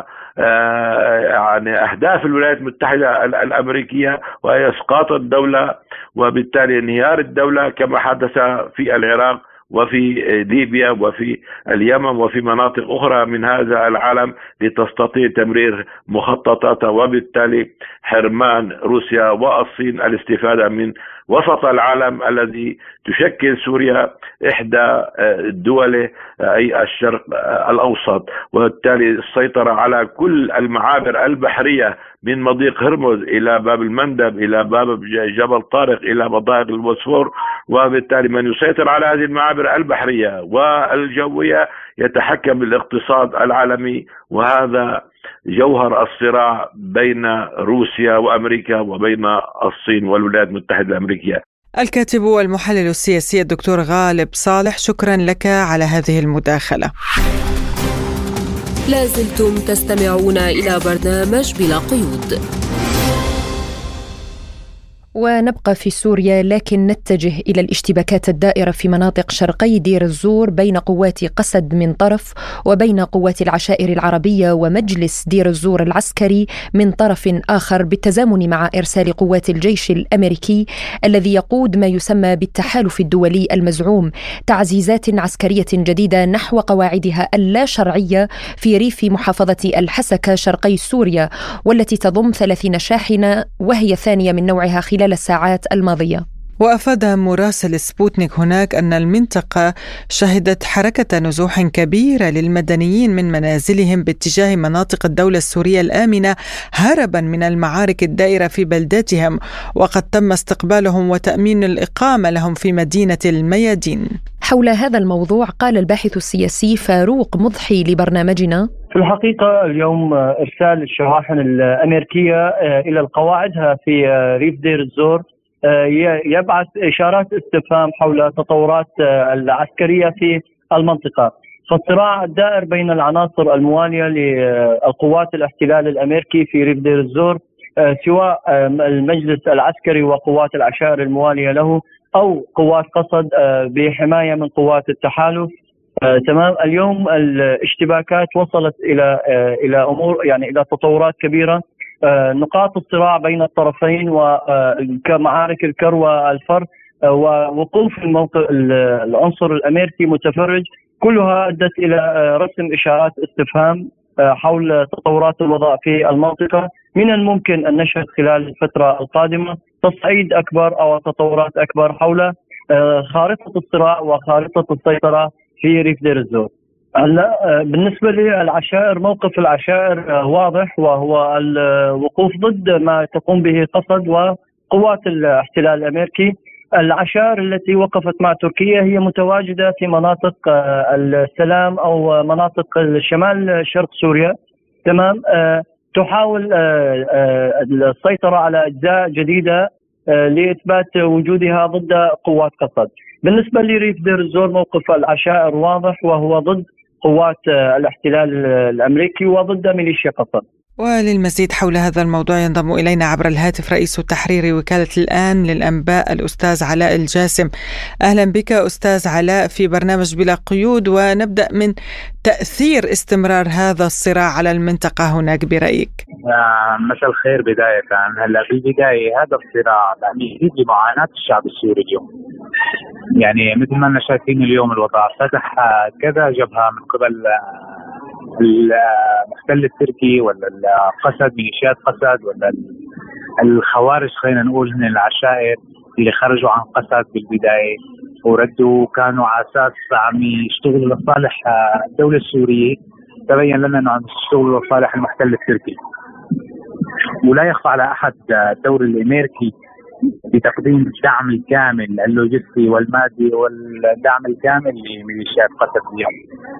يعني أهداف الولايات المتحدة الأمريكية، وهي إسقاط الدولة وبالتالي انهيار الدولة كما حدث في العراق وفي ليبيا وفي اليمن وفي مناطق أخرى من هذا العالم، لتستطيع تمرير مخططاتها، وبالتالي حرمان روسيا والصين الاستفادة من وسط العالم الذي تشكل سوريا إحدى الدول أي الشرق الأوسط، وبالتالي السيطرة على كل المعابر البحرية من مضيق هرمز إلى باب المندب إلى باب جبل طارق إلى مضايق البوسفور. وبالتالي من يسيطر على هذه المعابر البحرية والجوية يتحكم بالاقتصاد العالمي، وهذا جوهر الصراع بين روسيا وأمريكا وبين الصين والولايات المتحدة الأمريكية. الكاتب والمحلل السياسي الدكتور غالب صالح، شكرا لك على هذه المداخلة. لازلتم تستمعون إلى برنامج بلا قيود. ونبقى في سوريا، لكن نتجه إلى الاشتباكات الدائرة في مناطق شرقي دير الزور بين قوات قسد من طرف وبين قوات العشائر العربية ومجلس دير الزور العسكري من طرف آخر، بالتزامن مع إرسال قوات الجيش الأمريكي الذي يقود ما يسمى بالتحالف الدولي المزعوم تعزيزات عسكرية جديدة نحو قواعدها اللا شرعية في ريف محافظة الحسكة شرقي سوريا، والتي تضم 30 شاحنة وهي ثانية من نوعها خلال الساعات الماضية. وأفاد مراسل سبوتنيك هناك أن المنطقة شهدت حركة نزوح كبيرة للمدنيين من منازلهم باتجاه مناطق الدولة السورية الآمنة هربا من المعارك الدائرة في بلداتهم، وقد تم استقبالهم وتأمين الإقامة لهم في مدينة الميادين. حول هذا الموضوع قال الباحث السياسي فاروق مضحي لبرنامجنا: في الحقيقة اليوم إرسال الشواحن الأمريكية إلى القواعدها في ريف دير الزور يبعث إشارات استفهام حول تطورات العسكرية في المنطقة. فالصراع الدائر بين العناصر الموالية للقوات الاحتلال الأمريكي في ريف دير الزور، سواء المجلس العسكري وقوات العشائر الموالية له أو قوات قسد بحماية من قوات التحالف. تمام. اليوم الاشتباكات وصلت إلى أمور يعني إلى تطورات كبيرة. نقاط الصراع بين الطرفين وكمعارك الكر والفر ووقوف الموقع العنصر الأمريكي متفرج، كلها أدت إلى رسم إشارات استفهام حول تطورات الوضع في المنطقة. من الممكن أن نشهد خلال الفترة القادمة تصعيد أكبر أو تطورات أكبر حول خارطة الصراع وخارطة السيطرة في ريف دير الزور. هلا بالنسبة للعشائر، موقف العشائر واضح، وهو الوقوف ضد ما تقوم به قسد وقوات الاحتلال الأمريكي. العشائر التي وقفت مع تركيا هي متواجدة في مناطق السلام أو مناطق الشمال شرق سوريا. تمام. تحاول السيطرة على أجزاء جديدة لإثبات وجودها ضد قوات قسد. بالنسبة لريف دير الزور، موقف العشائر واضح، وهو ضد قوات الاحتلال الأمريكي وضد ميليشيا قسد. وللمزيد حول هذا الموضوع ينضم إلينا عبر الهاتف رئيس تحرير وكالة الآن للأنباء الأستاذ علاء الجاسم. أهلا بك أستاذ علاء في برنامج بلا قيود، ونبدأ من تأثير استمرار هذا الصراع على المنطقة هناك برأيك. مساء الخير. بداية هلا في البداية هذا الصراع يزيد لمعاناة الشعب السوري اليوم. يعني مثل ما شايفين اليوم الوضع فتح كذا جبهة من قبل المحتل التركي ولا القسد، ميليشيات قسد، ولا الخوارج، خلينا نقول من العشائر اللي خرجوا عن قسد بالبداية وردوا كانوا على أساس عم يشتغلوا لصالح الدولة السورية. تبين لنا أنه عم يشتغلوا لصالح المحتل التركي. ولا يخفى على أحد الدور الأمريكي بتقديم الدعم الكامل اللوجستي والمادي والدعم الكامل لميليشيات قسد اليوم.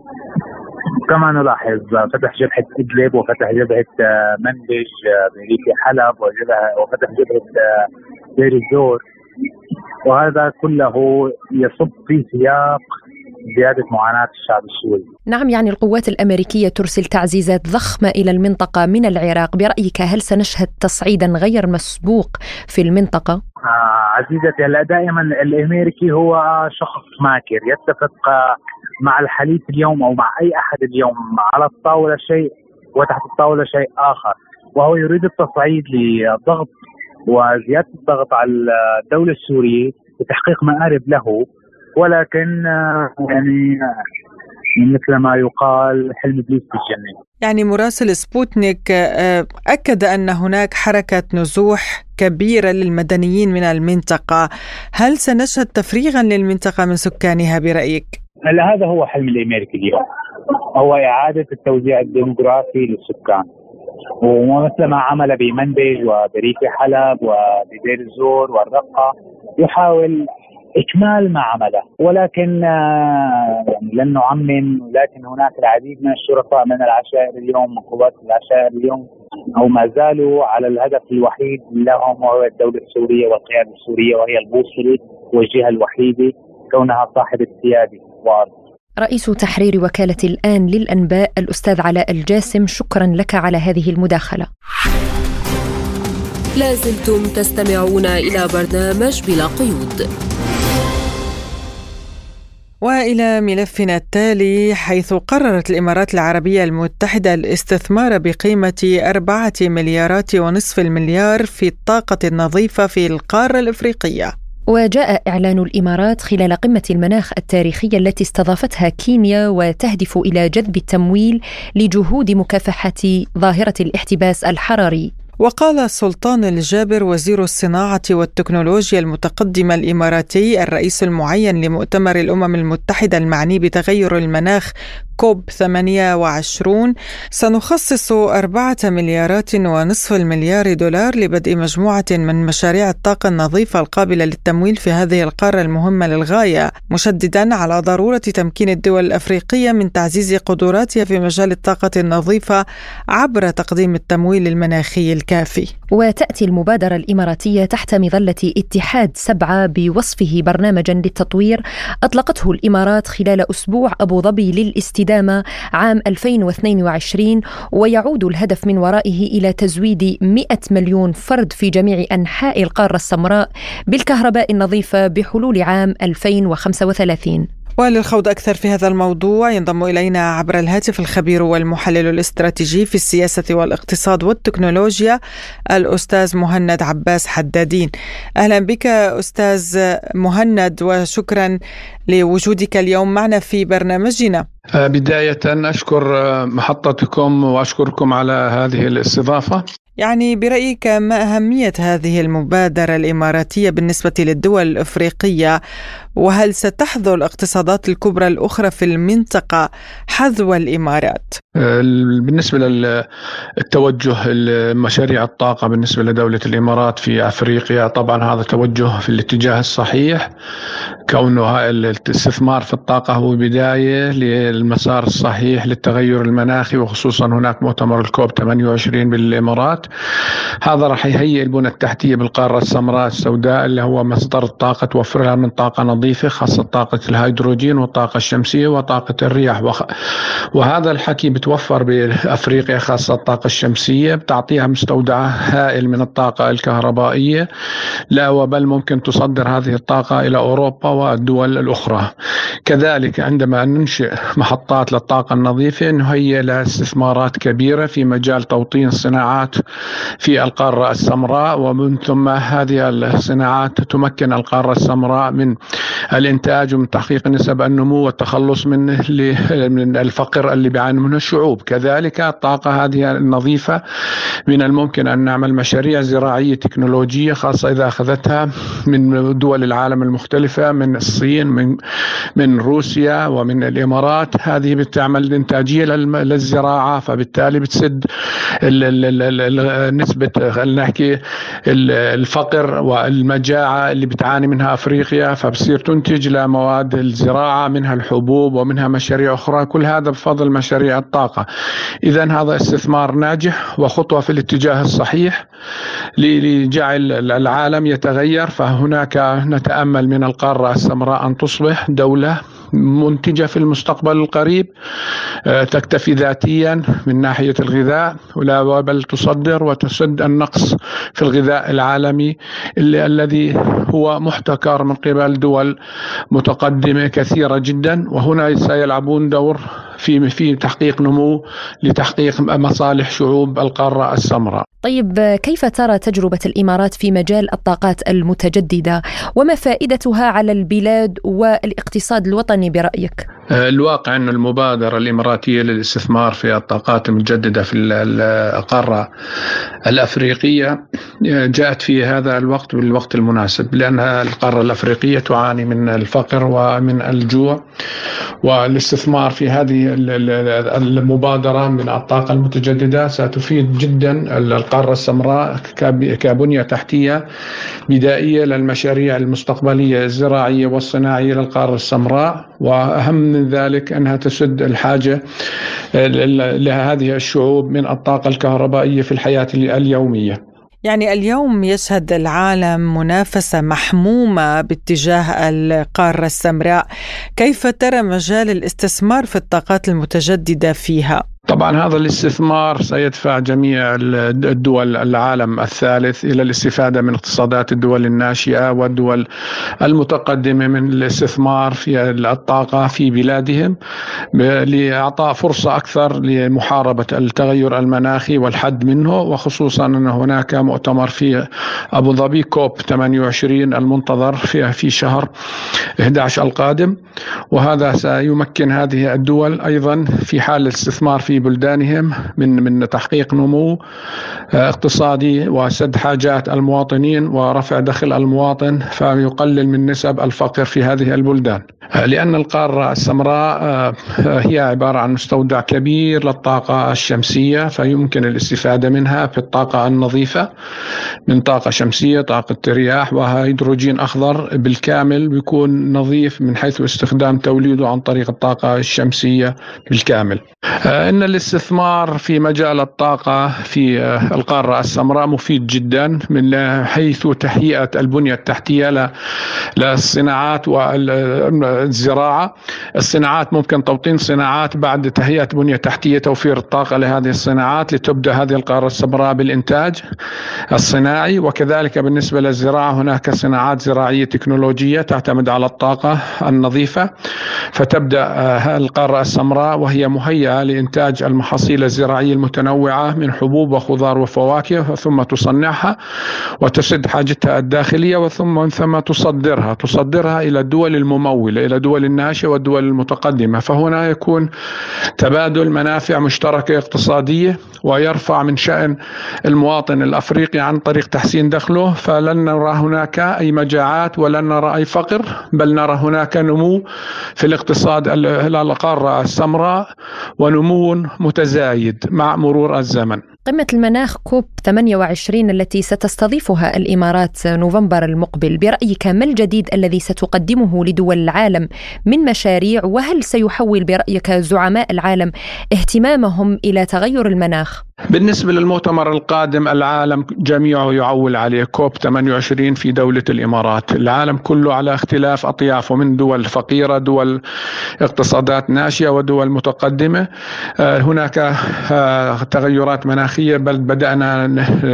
كما نلاحظ فتح جبهة إدلب وفتح جبهة منبج بريف حلب وفتح جبهة دير الزور، وهذا كله يصب في سياق زيادة معاناة الشعب السوري. نعم، يعني القوات الأمريكية ترسل تعزيزات ضخمة إلى المنطقة من العراق. برأيك هل سنشهد تصعيدا غير مسبوق في المنطقة؟ عزيزتي، هلا دائما الأمريكي هو شخص ماكر يتفق مع الحليف اليوم أو مع أي أحد اليوم على الطاولة شيء وتحت الطاولة شيء آخر، وهو يريد التصعيد للضغط وزيادة الضغط على الدولة السورية لتحقيق مآرب له، ولكن يعني مثل ما يقال حلم إبليس بالجنة. يعني مراسل سبوتنيك أكد أن هناك حركة نزوح كبيرة للمدنيين من المنطقة. هل سنشهد تفريغا للمنطقة من سكانها برأيك؟ هلا هذا هو حلم الأمريكي اليوم، هو إعادة التوزيع الديموغرافي للسكان، ومثل ما عمل بمنبج وبريف حلب وبدير الزور والرقة يحاول إكمال ما عمله، ولكن لن نعمم، لكن هناك العديد من الشرطاء من العشائر اليوم، من قوات العشائر اليوم، أو ما زالوا على الهدف الوحيد لهم وهو الدولة السورية والقيادة السورية، وهي البوصلة والجهة الوحيدة كونها صاحبة سيادة وأرض. رئيس تحرير وكالة الآن للأنباء الأستاذ علاء الجاسم، شكرا لك على هذه المداخلة. لازلتم تستمعون إلى برنامج بلا قيود. وإلى ملفنا التالي، حيث قررت الإمارات العربية المتحدة الاستثمار بقيمة 4.5 مليارات في الطاقة النظيفة في القارة الإفريقية. وجاء إعلان الإمارات خلال قمة المناخ التاريخية التي استضافتها كينيا، وتهدف إلى جذب التمويل لجهود مكافحة ظاهرة الاحتباس الحراري. وقال سلطان الجابر وزير الصناعة والتكنولوجيا المتقدمة الإماراتي الرئيس المعين لمؤتمر الأمم المتحدة المعني بتغير المناخ كوب 28: سنخصص 4.5 مليار دولار لبدء مجموعة من مشاريع الطاقة النظيفة القابلة للتمويل في هذه القارة المهمة للغاية، مشددا على ضرورة تمكين الدول الأفريقية من تعزيز قدراتها في مجال الطاقة النظيفة عبر تقديم التمويل المناخي الكافي. وتأتي المبادرة الإماراتية تحت مظلة اتحاد 7 بوصفه برنامجا للتطوير أطلقته الإمارات خلال أسبوع أبو ظبي للاستدامة عام 2022، ويعود الهدف من ورائه إلى تزويد 100 مليون فرد في جميع أنحاء القارة السمراء بالكهرباء النظيفة بحلول عام 2035. وللخوض أكثر في هذا الموضوع ينضم إلينا عبر الهاتف الخبير والمحلل الاستراتيجي في السياسة والاقتصاد والتكنولوجيا الأستاذ مهند عباس حدادين. أهلا بك أستاذ مهند، وشكرا لوجودك اليوم معنا في برنامجنا. بداية أشكر محطتكم وأشكركم على هذه الاستضافة. يعني برأيك ما أهمية هذه المبادرة الإماراتية بالنسبة للدول الأفريقية، وهل ستحظو الاقتصادات الكبرى الأخرى في المنطقة حذو الإمارات؟ بالنسبة للتوجه المشاريع الطاقة بالنسبة لدولة الإمارات في أفريقيا، طبعا هذا توجه في الاتجاه الصحيح، كونه الاستثمار في الطاقة هو بداية للمسار الصحيح للتغير المناخي، وخصوصا هناك مؤتمر الكوب 28 بالإمارات السنوات. هذا راح يهيئ البنى التحتية بالقارة السمراء السوداء اللي هو مصدر الطاقة، توفرها من طاقة نظيفة خاصة طاقة الهيدروجين والطاقة الشمسية وطاقة الرياح. وهذا الحكي بتوفر بأفريقيا خاصة الطاقة الشمسية، بتعطيها مستودع هائل من الطاقة الكهربائية، لا وبل ممكن تصدر هذه الطاقة إلى أوروبا والدول الأخرى. كذلك عندما ننشئ محطات للطاقة النظيفة نهيئ لها استثمارات كبيرة في مجال توطين الصناعات في القارة السمراء، ومن ثم هذه الصناعات تمكن القارة السمراء من الإنتاج ومن تحقيق نسب النمو والتخلص من الفقر اللي بيعاني منه الشعوب. كذلك الطاقة هذه النظيفة من الممكن أن نعمل مشاريع زراعية تكنولوجية خاصة إذا أخذتها من دول العالم المختلفة، من الصين، من روسيا ومن الإمارات. هذه بتعمل إنتاجية للزراعة، فبالتالي بتسد نسبة نحكي الفقر والمجاعة اللي بتعاني منها أفريقيا، فبصير تنتج لمواد الزراعة منها الحبوب ومنها مشاريع أخرى، كل هذا بفضل مشاريع الطاقة. إذن هذا استثمار ناجح وخطوة في الاتجاه الصحيح لجعل العالم يتغير. فهناك نتأمل من القارة السمراء أن تصبح دولة منتجة في المستقبل القريب، تكتفي ذاتيا من ناحية الغذاء ولا بل تصدر وتسد النقص في الغذاء العالمي الذي هو محتكر من قبل دول متقدمة كثيرة جدا، وهنا سيلعبون دور في تحقيق نمو لتحقيق مصالح شعوب القارة السمراء. طيب، كيف ترى تجربة الإمارات في مجال الطاقات المتجددة وما فائدتها على البلاد والاقتصاد الوطني برأيك؟ الواقع أن المبادرة الإماراتية للاستثمار في الطاقات المتجددة في القارة الأفريقية جاءت في هذا الوقت بالوقت المناسب، لأن القارة الأفريقية تعاني من الفقر ومن الجوع، والاستثمار في هذه المبادرة من الطاقة المتجددة ستفيد جدا القارة السمراء كبنية تحتية بدائية للمشاريع المستقبلية الزراعية والصناعية للقارة السمراء، وأهم من ذلك أنها تسد الحاجة لهذه الشعوب من الطاقة الكهربائية في الحياة اليومية. يعني اليوم يشهد العالم منافسة محمومة باتجاه القارة السمراء، كيف ترى مجال الاستثمار في الطاقات المتجددة فيها؟ طبعا هذا الاستثمار سيدفع جميع الدول العالم الثالث إلى الاستفادة من اقتصادات الدول الناشئة والدول المتقدمة من الاستثمار في الطاقة في بلادهم، لإعطاء فرصة أكثر لمحاربة التغير المناخي والحد منه، وخصوصا أن هناك مؤتمر في أبو ظبي كوب 28 المنتظر في شهر 11 القادم، وهذا سيمكن هذه الدول أيضا في حال الاستثمار في بلدانهم من تحقيق نمو اقتصادي وسد حاجات المواطنين ورفع دخل المواطن، فيقلل من نسب الفقر في هذه البلدان. لأن القارة السمراء هي عبارة عن مستودع كبير للطاقة الشمسية، فيمكن الاستفادة منها في الطاقة النظيفة من طاقة شمسية، طاقة رياح وهيدروجين أخضر بالكامل، بيكون نظيف من حيث استخدام توليده عن طريق الطاقة الشمسية بالكامل. إن الاستثمار في مجال الطاقة في القارة السمراء مفيد جدا من حيث تهيئة البنية التحتية للصناعات والزراعة. الصناعات ممكن توطين صناعات بعد تهيئة بنية تحتية، توفير الطاقة لهذه الصناعات لتبدأ هذه القارة السمراء بالإنتاج الصناعي. وكذلك بالنسبة للزراعة هناك صناعات زراعية تكنولوجية تعتمد على الطاقة النظيفة، فتبدأ القارة السمراء وهي مهيئة لإنتاج المحاصيل الزراعية المتنوعة من حبوب وخضار وفواكه، ثم تصنعها وتسد حاجتها الداخلية، وثم تصدرها إلى الدول الممولة، إلى الدول الناشئة والدول المتقدمة. فهنا يكون تبادل منافع مشتركة اقتصادية، ويرفع من شأن المواطن الأفريقي عن طريق تحسين دخله، فلن نرى هناك أي مجاعات ولن نرى أي فقر، بل نرى هناك نمو في الاقتصاد القارة السمراء ونمو متزايد مع مرور الزمن. قمة المناخ كوب كوب 28 التي ستستضيفها الإمارات نوفمبر المقبل، برأيك ما الجديد الذي ستقدمه لدول العالم من مشاريع؟ وهل سيحول برأيك زعماء العالم اهتمامهم إلى تغير المناخ؟ بالنسبة للمؤتمر القادم العالم جميعه يعول عليه كوب 28 في دولة الإمارات. العالم كله على اختلاف أطيافه، من دول فقيرة، دول اقتصادات ناشئة، ودول متقدمة. هناك تغيرات مناخية بل بدأنا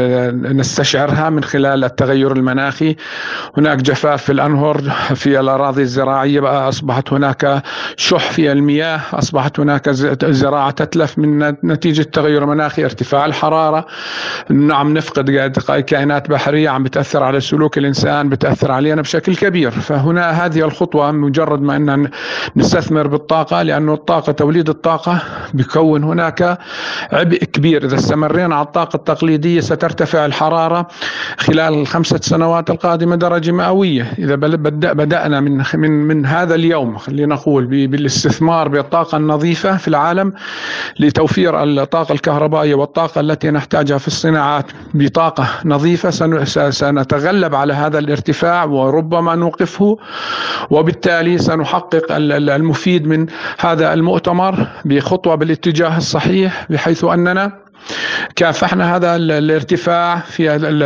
نستشعرها من خلال التغير المناخي. هناك جفاف في الأنهر، في الأراضي الزراعية بقى أصبحت هناك شح في المياه، أصبحت هناك زراعة تتلف من نتيجة التغير المناخي، ارتفاع الحرارة. نعم نفقد كائنات بحرية عم بتأثر على سلوك الإنسان، بتأثر علينا بشكل كبير. فهنا هذه الخطوة مجرد ما أن نستثمر بالطاقة، لأنه الطاقة توليد الطاقة بيكون هناك عبء كبير. إذا استمرينا على الطاقة التقليدية سترتفع الحرارة خلال 5 سنوات القادمة درجة مئوية. إذا بدأنا من هذا اليوم، خلينا نقول بالاستثمار بالطاقة النظيفة في العالم لتوفير الطاقة الكهربائية والطاقة التي نحتاجها في الصناعات بطاقة نظيفة، سنتغلب على هذا الارتفاع وربما نوقفه. وبالتالي سنحقق المفيد من هذا المؤتمر بخطوة بالاتجاه الصحيح، بحيث أننا كافحنا هذا الارتفاع في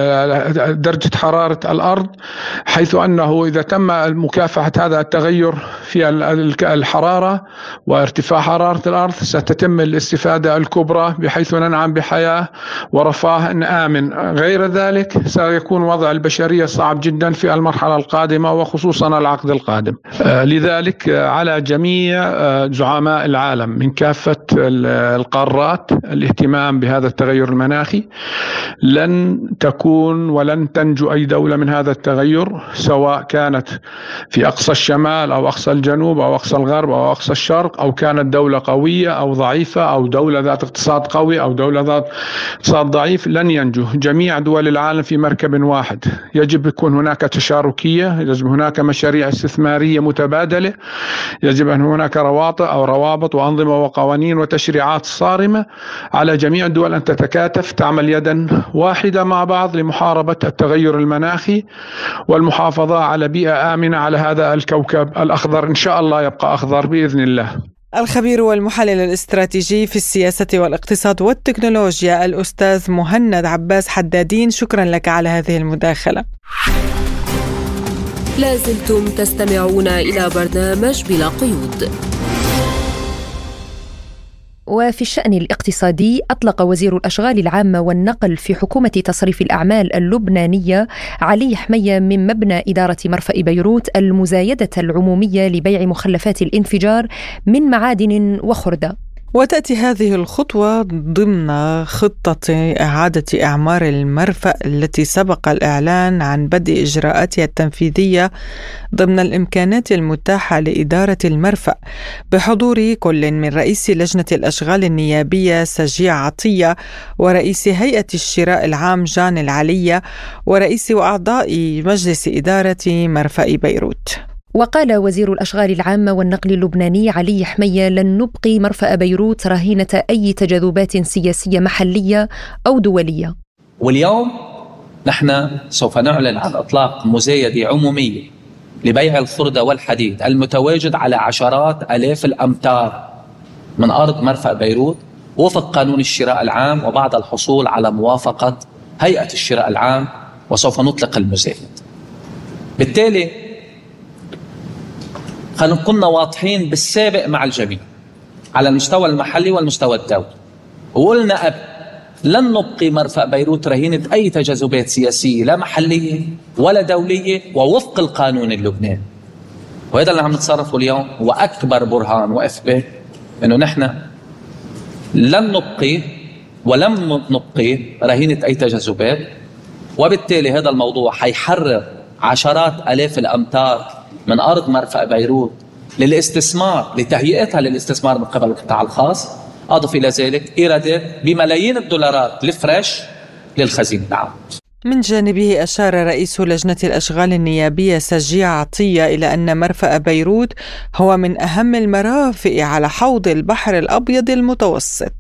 درجة حرارة الأرض، حيث أنه إذا تم مكافحة هذا التغير في الحرارة وارتفاع حرارة الأرض ستتم الاستفادة الكبرى، بحيث ننعم بحياة ورفاه آمن. غير ذلك سيكون وضع البشرية صعب جدا في المرحلة القادمة، وخصوصا العقد القادم. لذلك على جميع زعماء العالم من كافة القارات الاهتمام بهذا التغير المناخي. لن تكون ولن تنجو أي دولة من هذا التغير، سواء كانت في أقصى الشمال أو أقصى الجنوب أو أقصى الغرب أو أقصى الشرق، أو كانت دولة قوية أو ضعيفة، أو دولة ذات اقتصاد قوي أو دولة ذات اقتصاد ضعيف، لن ينجو. جميع دول العالم في مركب واحد. يجب يكون هناك تشاركية، يجب هناك مشاريع استثمارية متبادلة، يجب أن هناك روابط وأنظمة وقوانين وتشريعات صارمة على جميع الدول أن تتكاتف، تعمل يدا واحدة مع بعض لمحاربة التغير المناخي والمحافظة على بيئة آمنة على هذا الكوكب الأخضر. إن شاء الله يبقى أخضر بإذن الله. الخبير والمحلل الاستراتيجي في السياسة والاقتصاد والتكنولوجيا الأستاذ مهند عباس حدادين، شكرا لك على هذه المداخلة. لازلتم تستمعون إلى برنامج بلا قيود. وفي الشأن الاقتصادي، أطلق وزير الأشغال العامة والنقل في حكومة تصريف الأعمال اللبنانية علي حمية من مبنى إدارة مرفأ بيروت المزايدة العمومية لبيع مخلفات الانفجار من معادن وخردة. وتأتي هذه الخطوة ضمن خطة إعادة إعمار المرفأ التي سبق الإعلان عن بدء إجراءاتها التنفيذية ضمن الإمكانات المتاحة لإدارة المرفأ، بحضور كل من رئيس لجنة الأشغال النيابية سجيع عطية، ورئيس هيئة الشراء العام جان العلية، ورئيس وأعضاء مجلس إدارة مرفأ بيروت. وقال وزير الأشغال العامة والنقل اللبناني علي حمية: لن نبقي مرفأ بيروت رهينة أي تجاذبات سياسية محلية أو دولية. واليوم نحن سوف نعلن عن إطلاق مزايدة عمومية لبيع الخردة والحديد المتواجد على عشرات آلاف الأمتار من أرض مرفأ بيروت وفق قانون الشراء العام، وبعد الحصول على موافقة هيئة الشراء العام، وسوف نطلق المزايد. بالتالي كنا واضحين بالسابق مع الجميع على المستوى المحلي والمستوى الدولي، وقلنا لن نبقي مرفأ بيروت رهينة أي تجاذبات سياسية لا محلية ولا دولية ووفق القانون اللبناني. وهذا اللي عم نتصرفه اليوم هو أكبر برهان وإثبات أنه نحن لن نبقي ولم نبقي رهينة أي تجاذبات، وبالتالي هذا الموضوع حيحرر عشرات آلاف الأمتار من أرض مرفأ بيروت للاستثمار، لتهيئتها للاستثمار من قبل القطاع الخاص. أضف إلى ذلك إيرادات بملايين الدولارات الفريش للخزينة العامة. من جانبه أشار رئيس لجنة الأشغال النيابية سجيع عطية إلى أن مرفأ بيروت هو من أهم المرافئ على حوض البحر الأبيض المتوسط.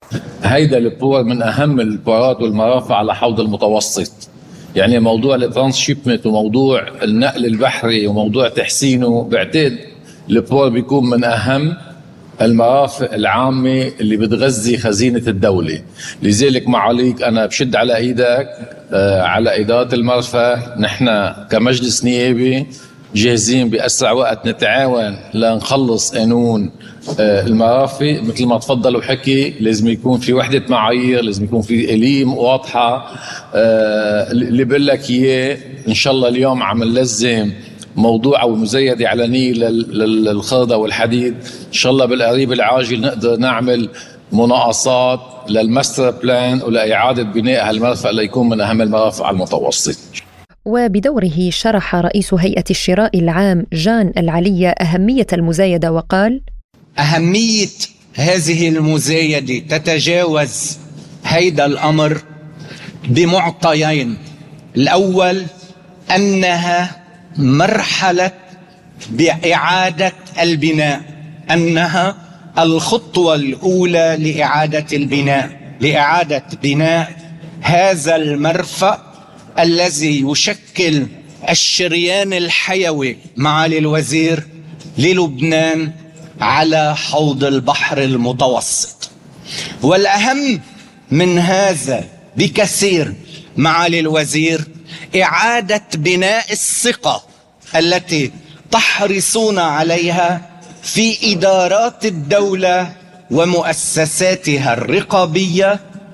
هيدا البور من أهم البورات والمرافق على حوض المتوسط. يعني موضوع الترانسشيبمنت وموضوع النقل البحري وموضوع تحسينه، بعتقد البور بيكون من أهم المرافق العامة اللي بتغذي خزينة الدولة. لذلك معاليك أنا بشد على إيدك على إدارة المرفأ. نحن كمجلس نيابي جاهزين بأسرع وقت نتعاون لنخلص قانون المرافق. مثل ما تفضل وحكي، لازم يكون في وحدة معايير، لازم يكون في إليم واضحة. اللي بقول لك إياه إن شاء الله اليوم عم نلزم موضوع أو مزايدة علنية للخردة والحديد. إن شاء الله بالقريب العاجل نقدر نعمل مناقصات للماستر بلان ولإعادة بناء هالمرفأ ليكون من أهم المرافق على المتوسط. وبدوره شرح رئيس هيئة الشراء العام جان العلية أهمية المزايدة وقال: أهمية هذه المزايدة تتجاوز هيدا الأمر بمعطيين. الأول أنها مرحلة بإعادة البناء، أنها الخطوة الأولى لإعادة البناء، لإعادة بناء هذا المرفأ الذي يشكل الشريان الحيوي معالي الوزير للبنان على حوض البحر المتوسط. والأهم من هذا بكثير معالي الوزير إعادة بناء الثقة التي تحرصون عليها في إدارات الدولة ومؤسساتها الرقابية،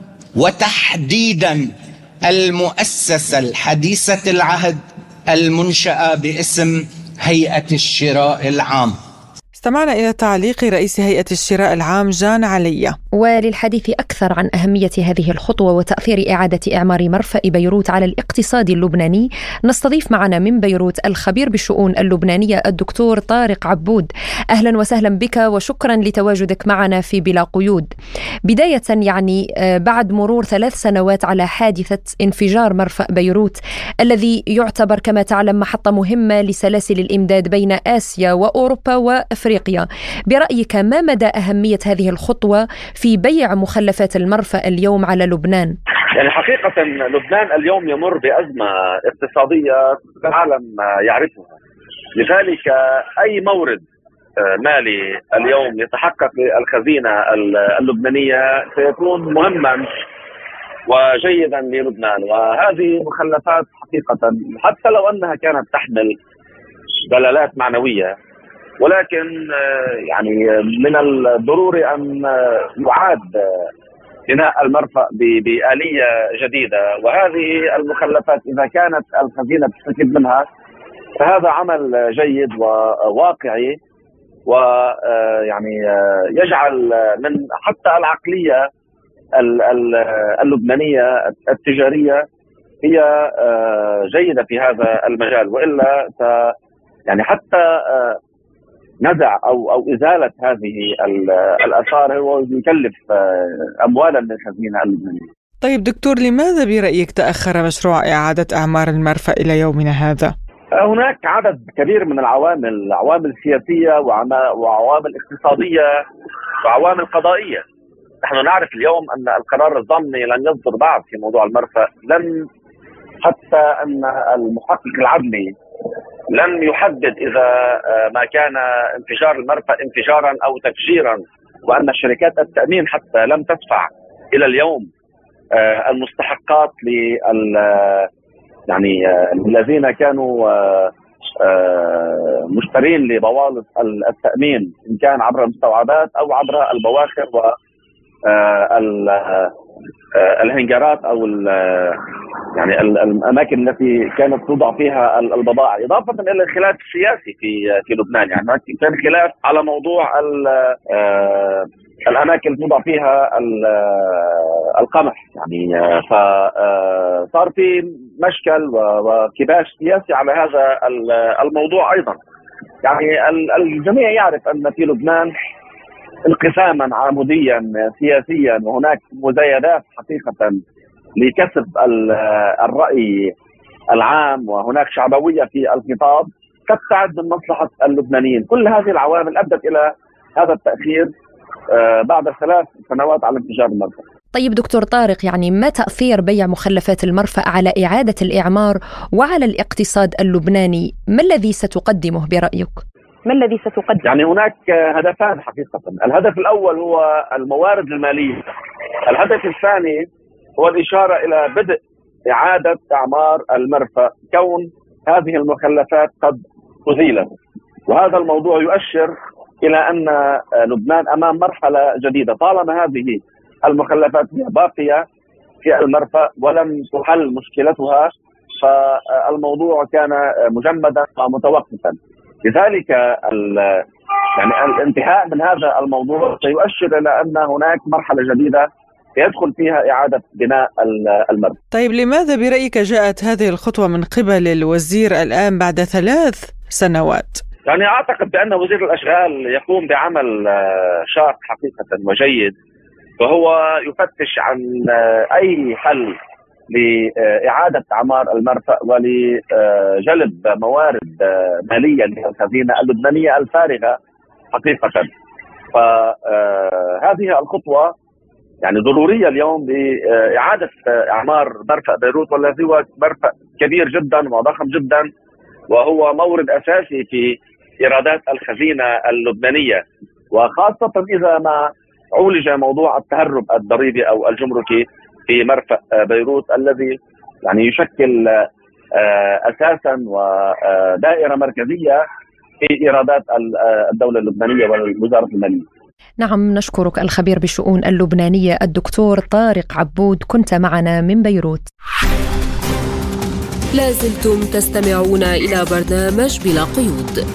وتحديدا المؤسسة الحديثة العهد المنشأة باسم هيئة الشراء العام. استمعنا إلى تعليق رئيس هيئة الشراء العام جان علية. وللحديث أكثر عن أهمية هذه الخطوة وتأثير إعادة إعمار مرفأ بيروت على الاقتصاد اللبناني، نستضيف معنا من بيروت الخبير بالشؤون اللبنانية الدكتور طارق عبود. أهلا وسهلا بك وشكرا لتواجدك معنا في بلا قيود. بداية يعني بعد مرور 3 سنوات على حادثة انفجار مرفأ بيروت الذي يعتبر كما تعلم محطة مهمة لسلاسل الإمداد بين آسيا وأوروبا وأفريقيا، برأيك ما مدى أهمية هذه الخطوة في بيع مخلفات المرفأ اليوم على لبنان؟ يعني حقيقة لبنان اليوم يمر بأزمة اقتصادية العالم يعرفها، لذلك أي مورد مالي اليوم يتحقق للخزينة اللبنانية سيكون مهما وجيدا للبنان. وهذه مخلفات حقيقة حتى لو أنها كانت تحمل دلالات معنوية، ولكن يعني من الضروري أن يعاد بناء المرفأ بآلية جديدة. وهذه المخلفات إذا كانت الخزينة تستفيد منها فهذا عمل جيد وواقعي، ويعني يجعل من حتى العقلية اللبنانية التجارية هي جيدة في هذا المجال. وإلا يعني حتى نزع أو إزالة هذه الآثار هو يكلف أموالا للخزينة اللبنانية. طيب دكتور، لماذا برأيك تأخر مشروع إعادة أعمار المرفأ إلى يومنا هذا؟ هناك عدد كبير من العوامل، عوامل سياسية وعوامل اقتصادية وعوامل قضائية. نحن نعرف اليوم أن القرار الضمني لن يصدر بعد في موضوع المرفأ، لن حتى أن المحقق العدلي لم يحدد إذا ما كان انفجار المرفأ انفجارا أو تفجيرا، وأن شركات التأمين حتى لم تدفع إلى اليوم المستحقات يعني الذين كانوا مشترين لبوالص التأمين، إن كان عبر المستوعبات أو عبر البواخر والهنجرات أو يعني الأماكن التي كانت توضع فيها البضائع، إضافة إلى الخلاف السياسي في لبنان. يعني كان خلاف على موضوع الأماكن اللي توضع فيها القمح، يعني فصار في مشكل وكباش سياسي على هذا الموضوع أيضا. يعني الجميع يعرف أن في لبنان انقساما عموديا سياسيا، وهناك مزايدات حقيقة لكسب الرأي العام، وهناك شعبوية في الخطاب تبتعد من مصلحة اللبنانيين. كل هذه العوامل أدت إلى هذا التأخير، بعد 3 سنوات على انفجار المرفأ. طيب دكتور طارق، يعني ما تأثير بيع مخلفات المرفأ على إعادة الإعمار وعلى الاقتصاد اللبناني؟ ما الذي ستقدمه برأيك؟ يعني هناك هدفان حقيقة. الهدف الأول هو الموارد المالية. الهدف الثاني هو الإشارة إلى بدء إعادة إعمار المرفأ كون هذه المخلفات قد أزيلت، وهذا الموضوع يؤشر إلى أن لبنان أمام مرحلة جديدة. طالما هذه المخلفات باقية في المرفأ ولم تحل مشكلتها فالموضوع كان مجمدا ومتوقفا. لذلك يعني الانتهاء من هذا الموضوع سيؤشر إلى أن هناك مرحلة جديدة يدخل فيها إعادة بناء المرفأ. طيب لماذا برأيك جاءت هذه الخطوة من قبل الوزير الآن بعد 3 سنوات؟ يعني أعتقد بأن وزير الأشغال يقوم بعمل شاق حقيقة وجيد، وهو يفتش عن أي حل لإعادة إعمار المرفأ ولجلب موارد مالية للخزينة اللبنانية الفارغة حقيقة. فهذه الخطوة يعني ضرورية اليوم لإعادة إعمار مرفأ بيروت، والذي هو مرفأ كبير جدا وضخم جدا، وهو مورد أساسي في إيرادات الخزينة اللبنانية، وخاصة إذا ما عولج موضوع التهرب الضريبي أو الجمركي في مرفأ بيروت الذي يعني يشكل أساسا ودائرة مركزية في إيرادات الدولة اللبنانية ووزارة المالية. نعم، نشكرك الخبير بالشؤون اللبنانية الدكتور طارق عبود، كنت معنا من بيروت. لازلتم تستمعون إلى برنامج بلا قيود.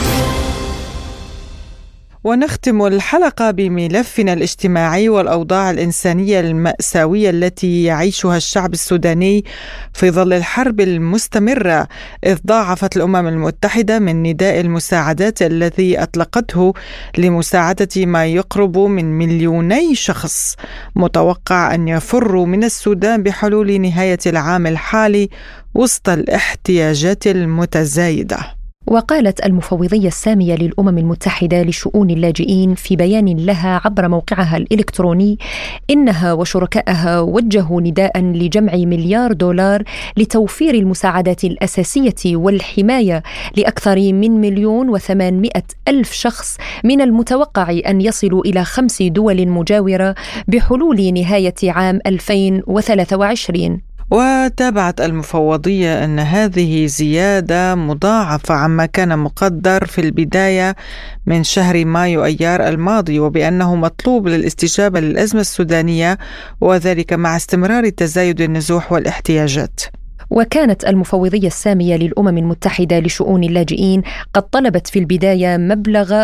ونختم الحلقة بملفنا الاجتماعي والأوضاع الإنسانية المأساوية التي يعيشها الشعب السوداني في ظل الحرب المستمرة، إذ ضاعفت الأمم المتحدة من نداء المساعدات الذي أطلقته لمساعدة ما يقرب من 2,000,000 شخص، متوقع أن يفروا من السودان بحلول نهاية العام الحالي وسط الاحتياجات المتزايدة. وقالت المفوضية السامية للأمم المتحدة لشؤون اللاجئين في بيان لها عبر موقعها الإلكتروني إنها وشركائها وجهوا نداء لجمع $1,000,000,000 لتوفير المساعدات الأساسية والحماية لأكثر من 1,800,000 شخص، من المتوقع أن يصلوا إلى 5 دول مجاورة بحلول نهاية عام 2023. وتابعت المفوضية أن هذه زيادة مضاعفة عما كان مقدر في البداية من شهر مايو أيار الماضي، وبأنه مطلوب للاستجابة للأزمة السودانية، وذلك مع استمرار تزايد النزوح والاحتياجات. وكانت المفوضية السامية للأمم المتحدة لشؤون اللاجئين قد طلبت في البداية مبلغ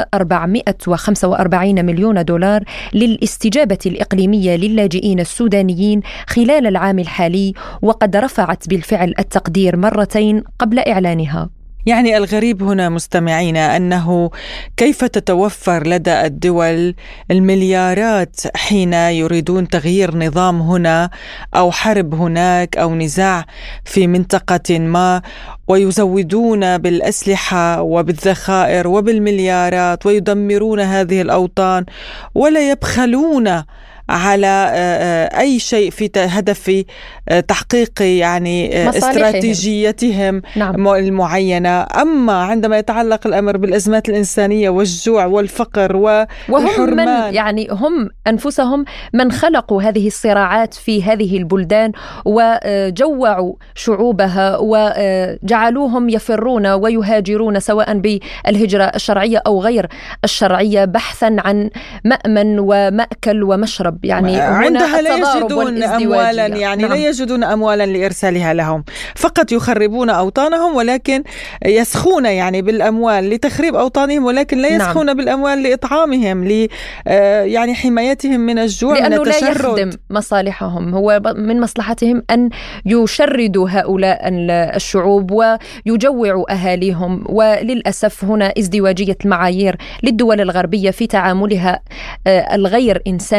$445 مليون للاستجابة الإقليمية للاجئين السودانيين خلال العام الحالي، وقد رفعت بالفعل التقدير مرتين قبل إعلانها. يعني الغريب هنا مستمعينا أنه كيف تتوفر لدى الدول المليارات حين يريدون تغيير نظام هنا أو حرب هناك أو نزاع في منطقة ما، ويزودون بالأسلحة وبالذخائر وبالمليارات ويدمرون هذه الأوطان، ولا يبخلون على أي شيء في هدف تحقيق يعني استراتيجيتهم المعينة. أما عندما يتعلق الأمر بالأزمات الإنسانية والجوع والفقر والحرمان، يعني هم أنفسهم من خلقوا هذه الصراعات في هذه البلدان وجوعوا شعوبها وجعلوهم يفرون ويهاجرون سواء بالهجرة الشرعية أو غير الشرعية بحثا عن مأمن ومأكل ومشرب. يعني عندها لا يجدون أموالا، يعني لا يجدون أموالا لإرسالها لهم، فقط يخربون أوطانهم، ولكن يسخون يعني بالأموال لتخريب أوطانهم، ولكن لا يسخون بالأموال لإطعامهم يعني حمايتهم من الجوع، لأنه من التشرد. لا يخدم مصالحهم، هو من مصلحتهم أن يشردوا هؤلاء الشعوب ويجوعوا أهاليهم. وللأسف هنا ازدواجية المعايير للدول الغربية في تعاملها الغير إنساني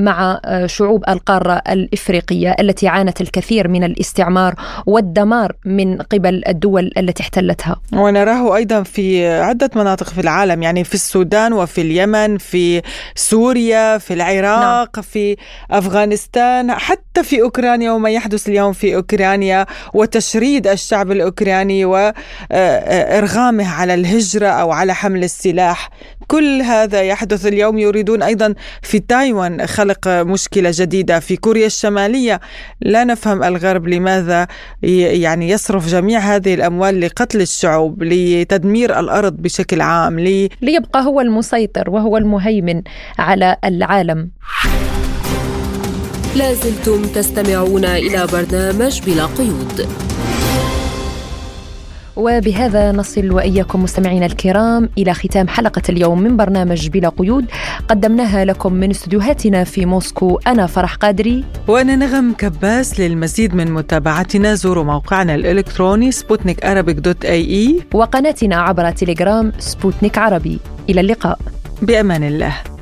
مع شعوب القارة الإفريقية التي عانت الكثير من الاستعمار والدمار من قبل الدول التي احتلتها. ونراه أيضا في عدة مناطق في العالم، يعني في السودان وفي اليمن، في سوريا، في العراق، في أفغانستان، حتى في أوكرانيا، وما يحدث اليوم في أوكرانيا وتشريد الشعب الأوكراني وإرغامه على الهجرة أو على حمل السلاح. كل هذا يحدث اليوم. يريدون أيضا في تايوان خلق مشكلة جديدة. في كوريا الشمالية لا نفهم الغرب لماذا يعني يصرف جميع هذه الأموال لقتل الشعوب، لتدمير الأرض بشكل عام، ليبقى هو المسيطر وهو المهيمن على العالم. لازلتم تستمعون إلى برنامج بلا قيود. وبهذا نصل وإياكم مستمعينا الكرام إلى ختام حلقة اليوم من برنامج بلا قيود، قدمناها لكم من استديوهاتنا في موسكو. أنا فرح قادري وأنا نغم كباس. للمزيد من متابعتنا زوروا موقعنا الإلكتروني sputnikarabic.ae وقناتنا عبر تليجرام سبوتنيك عربي. إلى اللقاء. بأمان الله.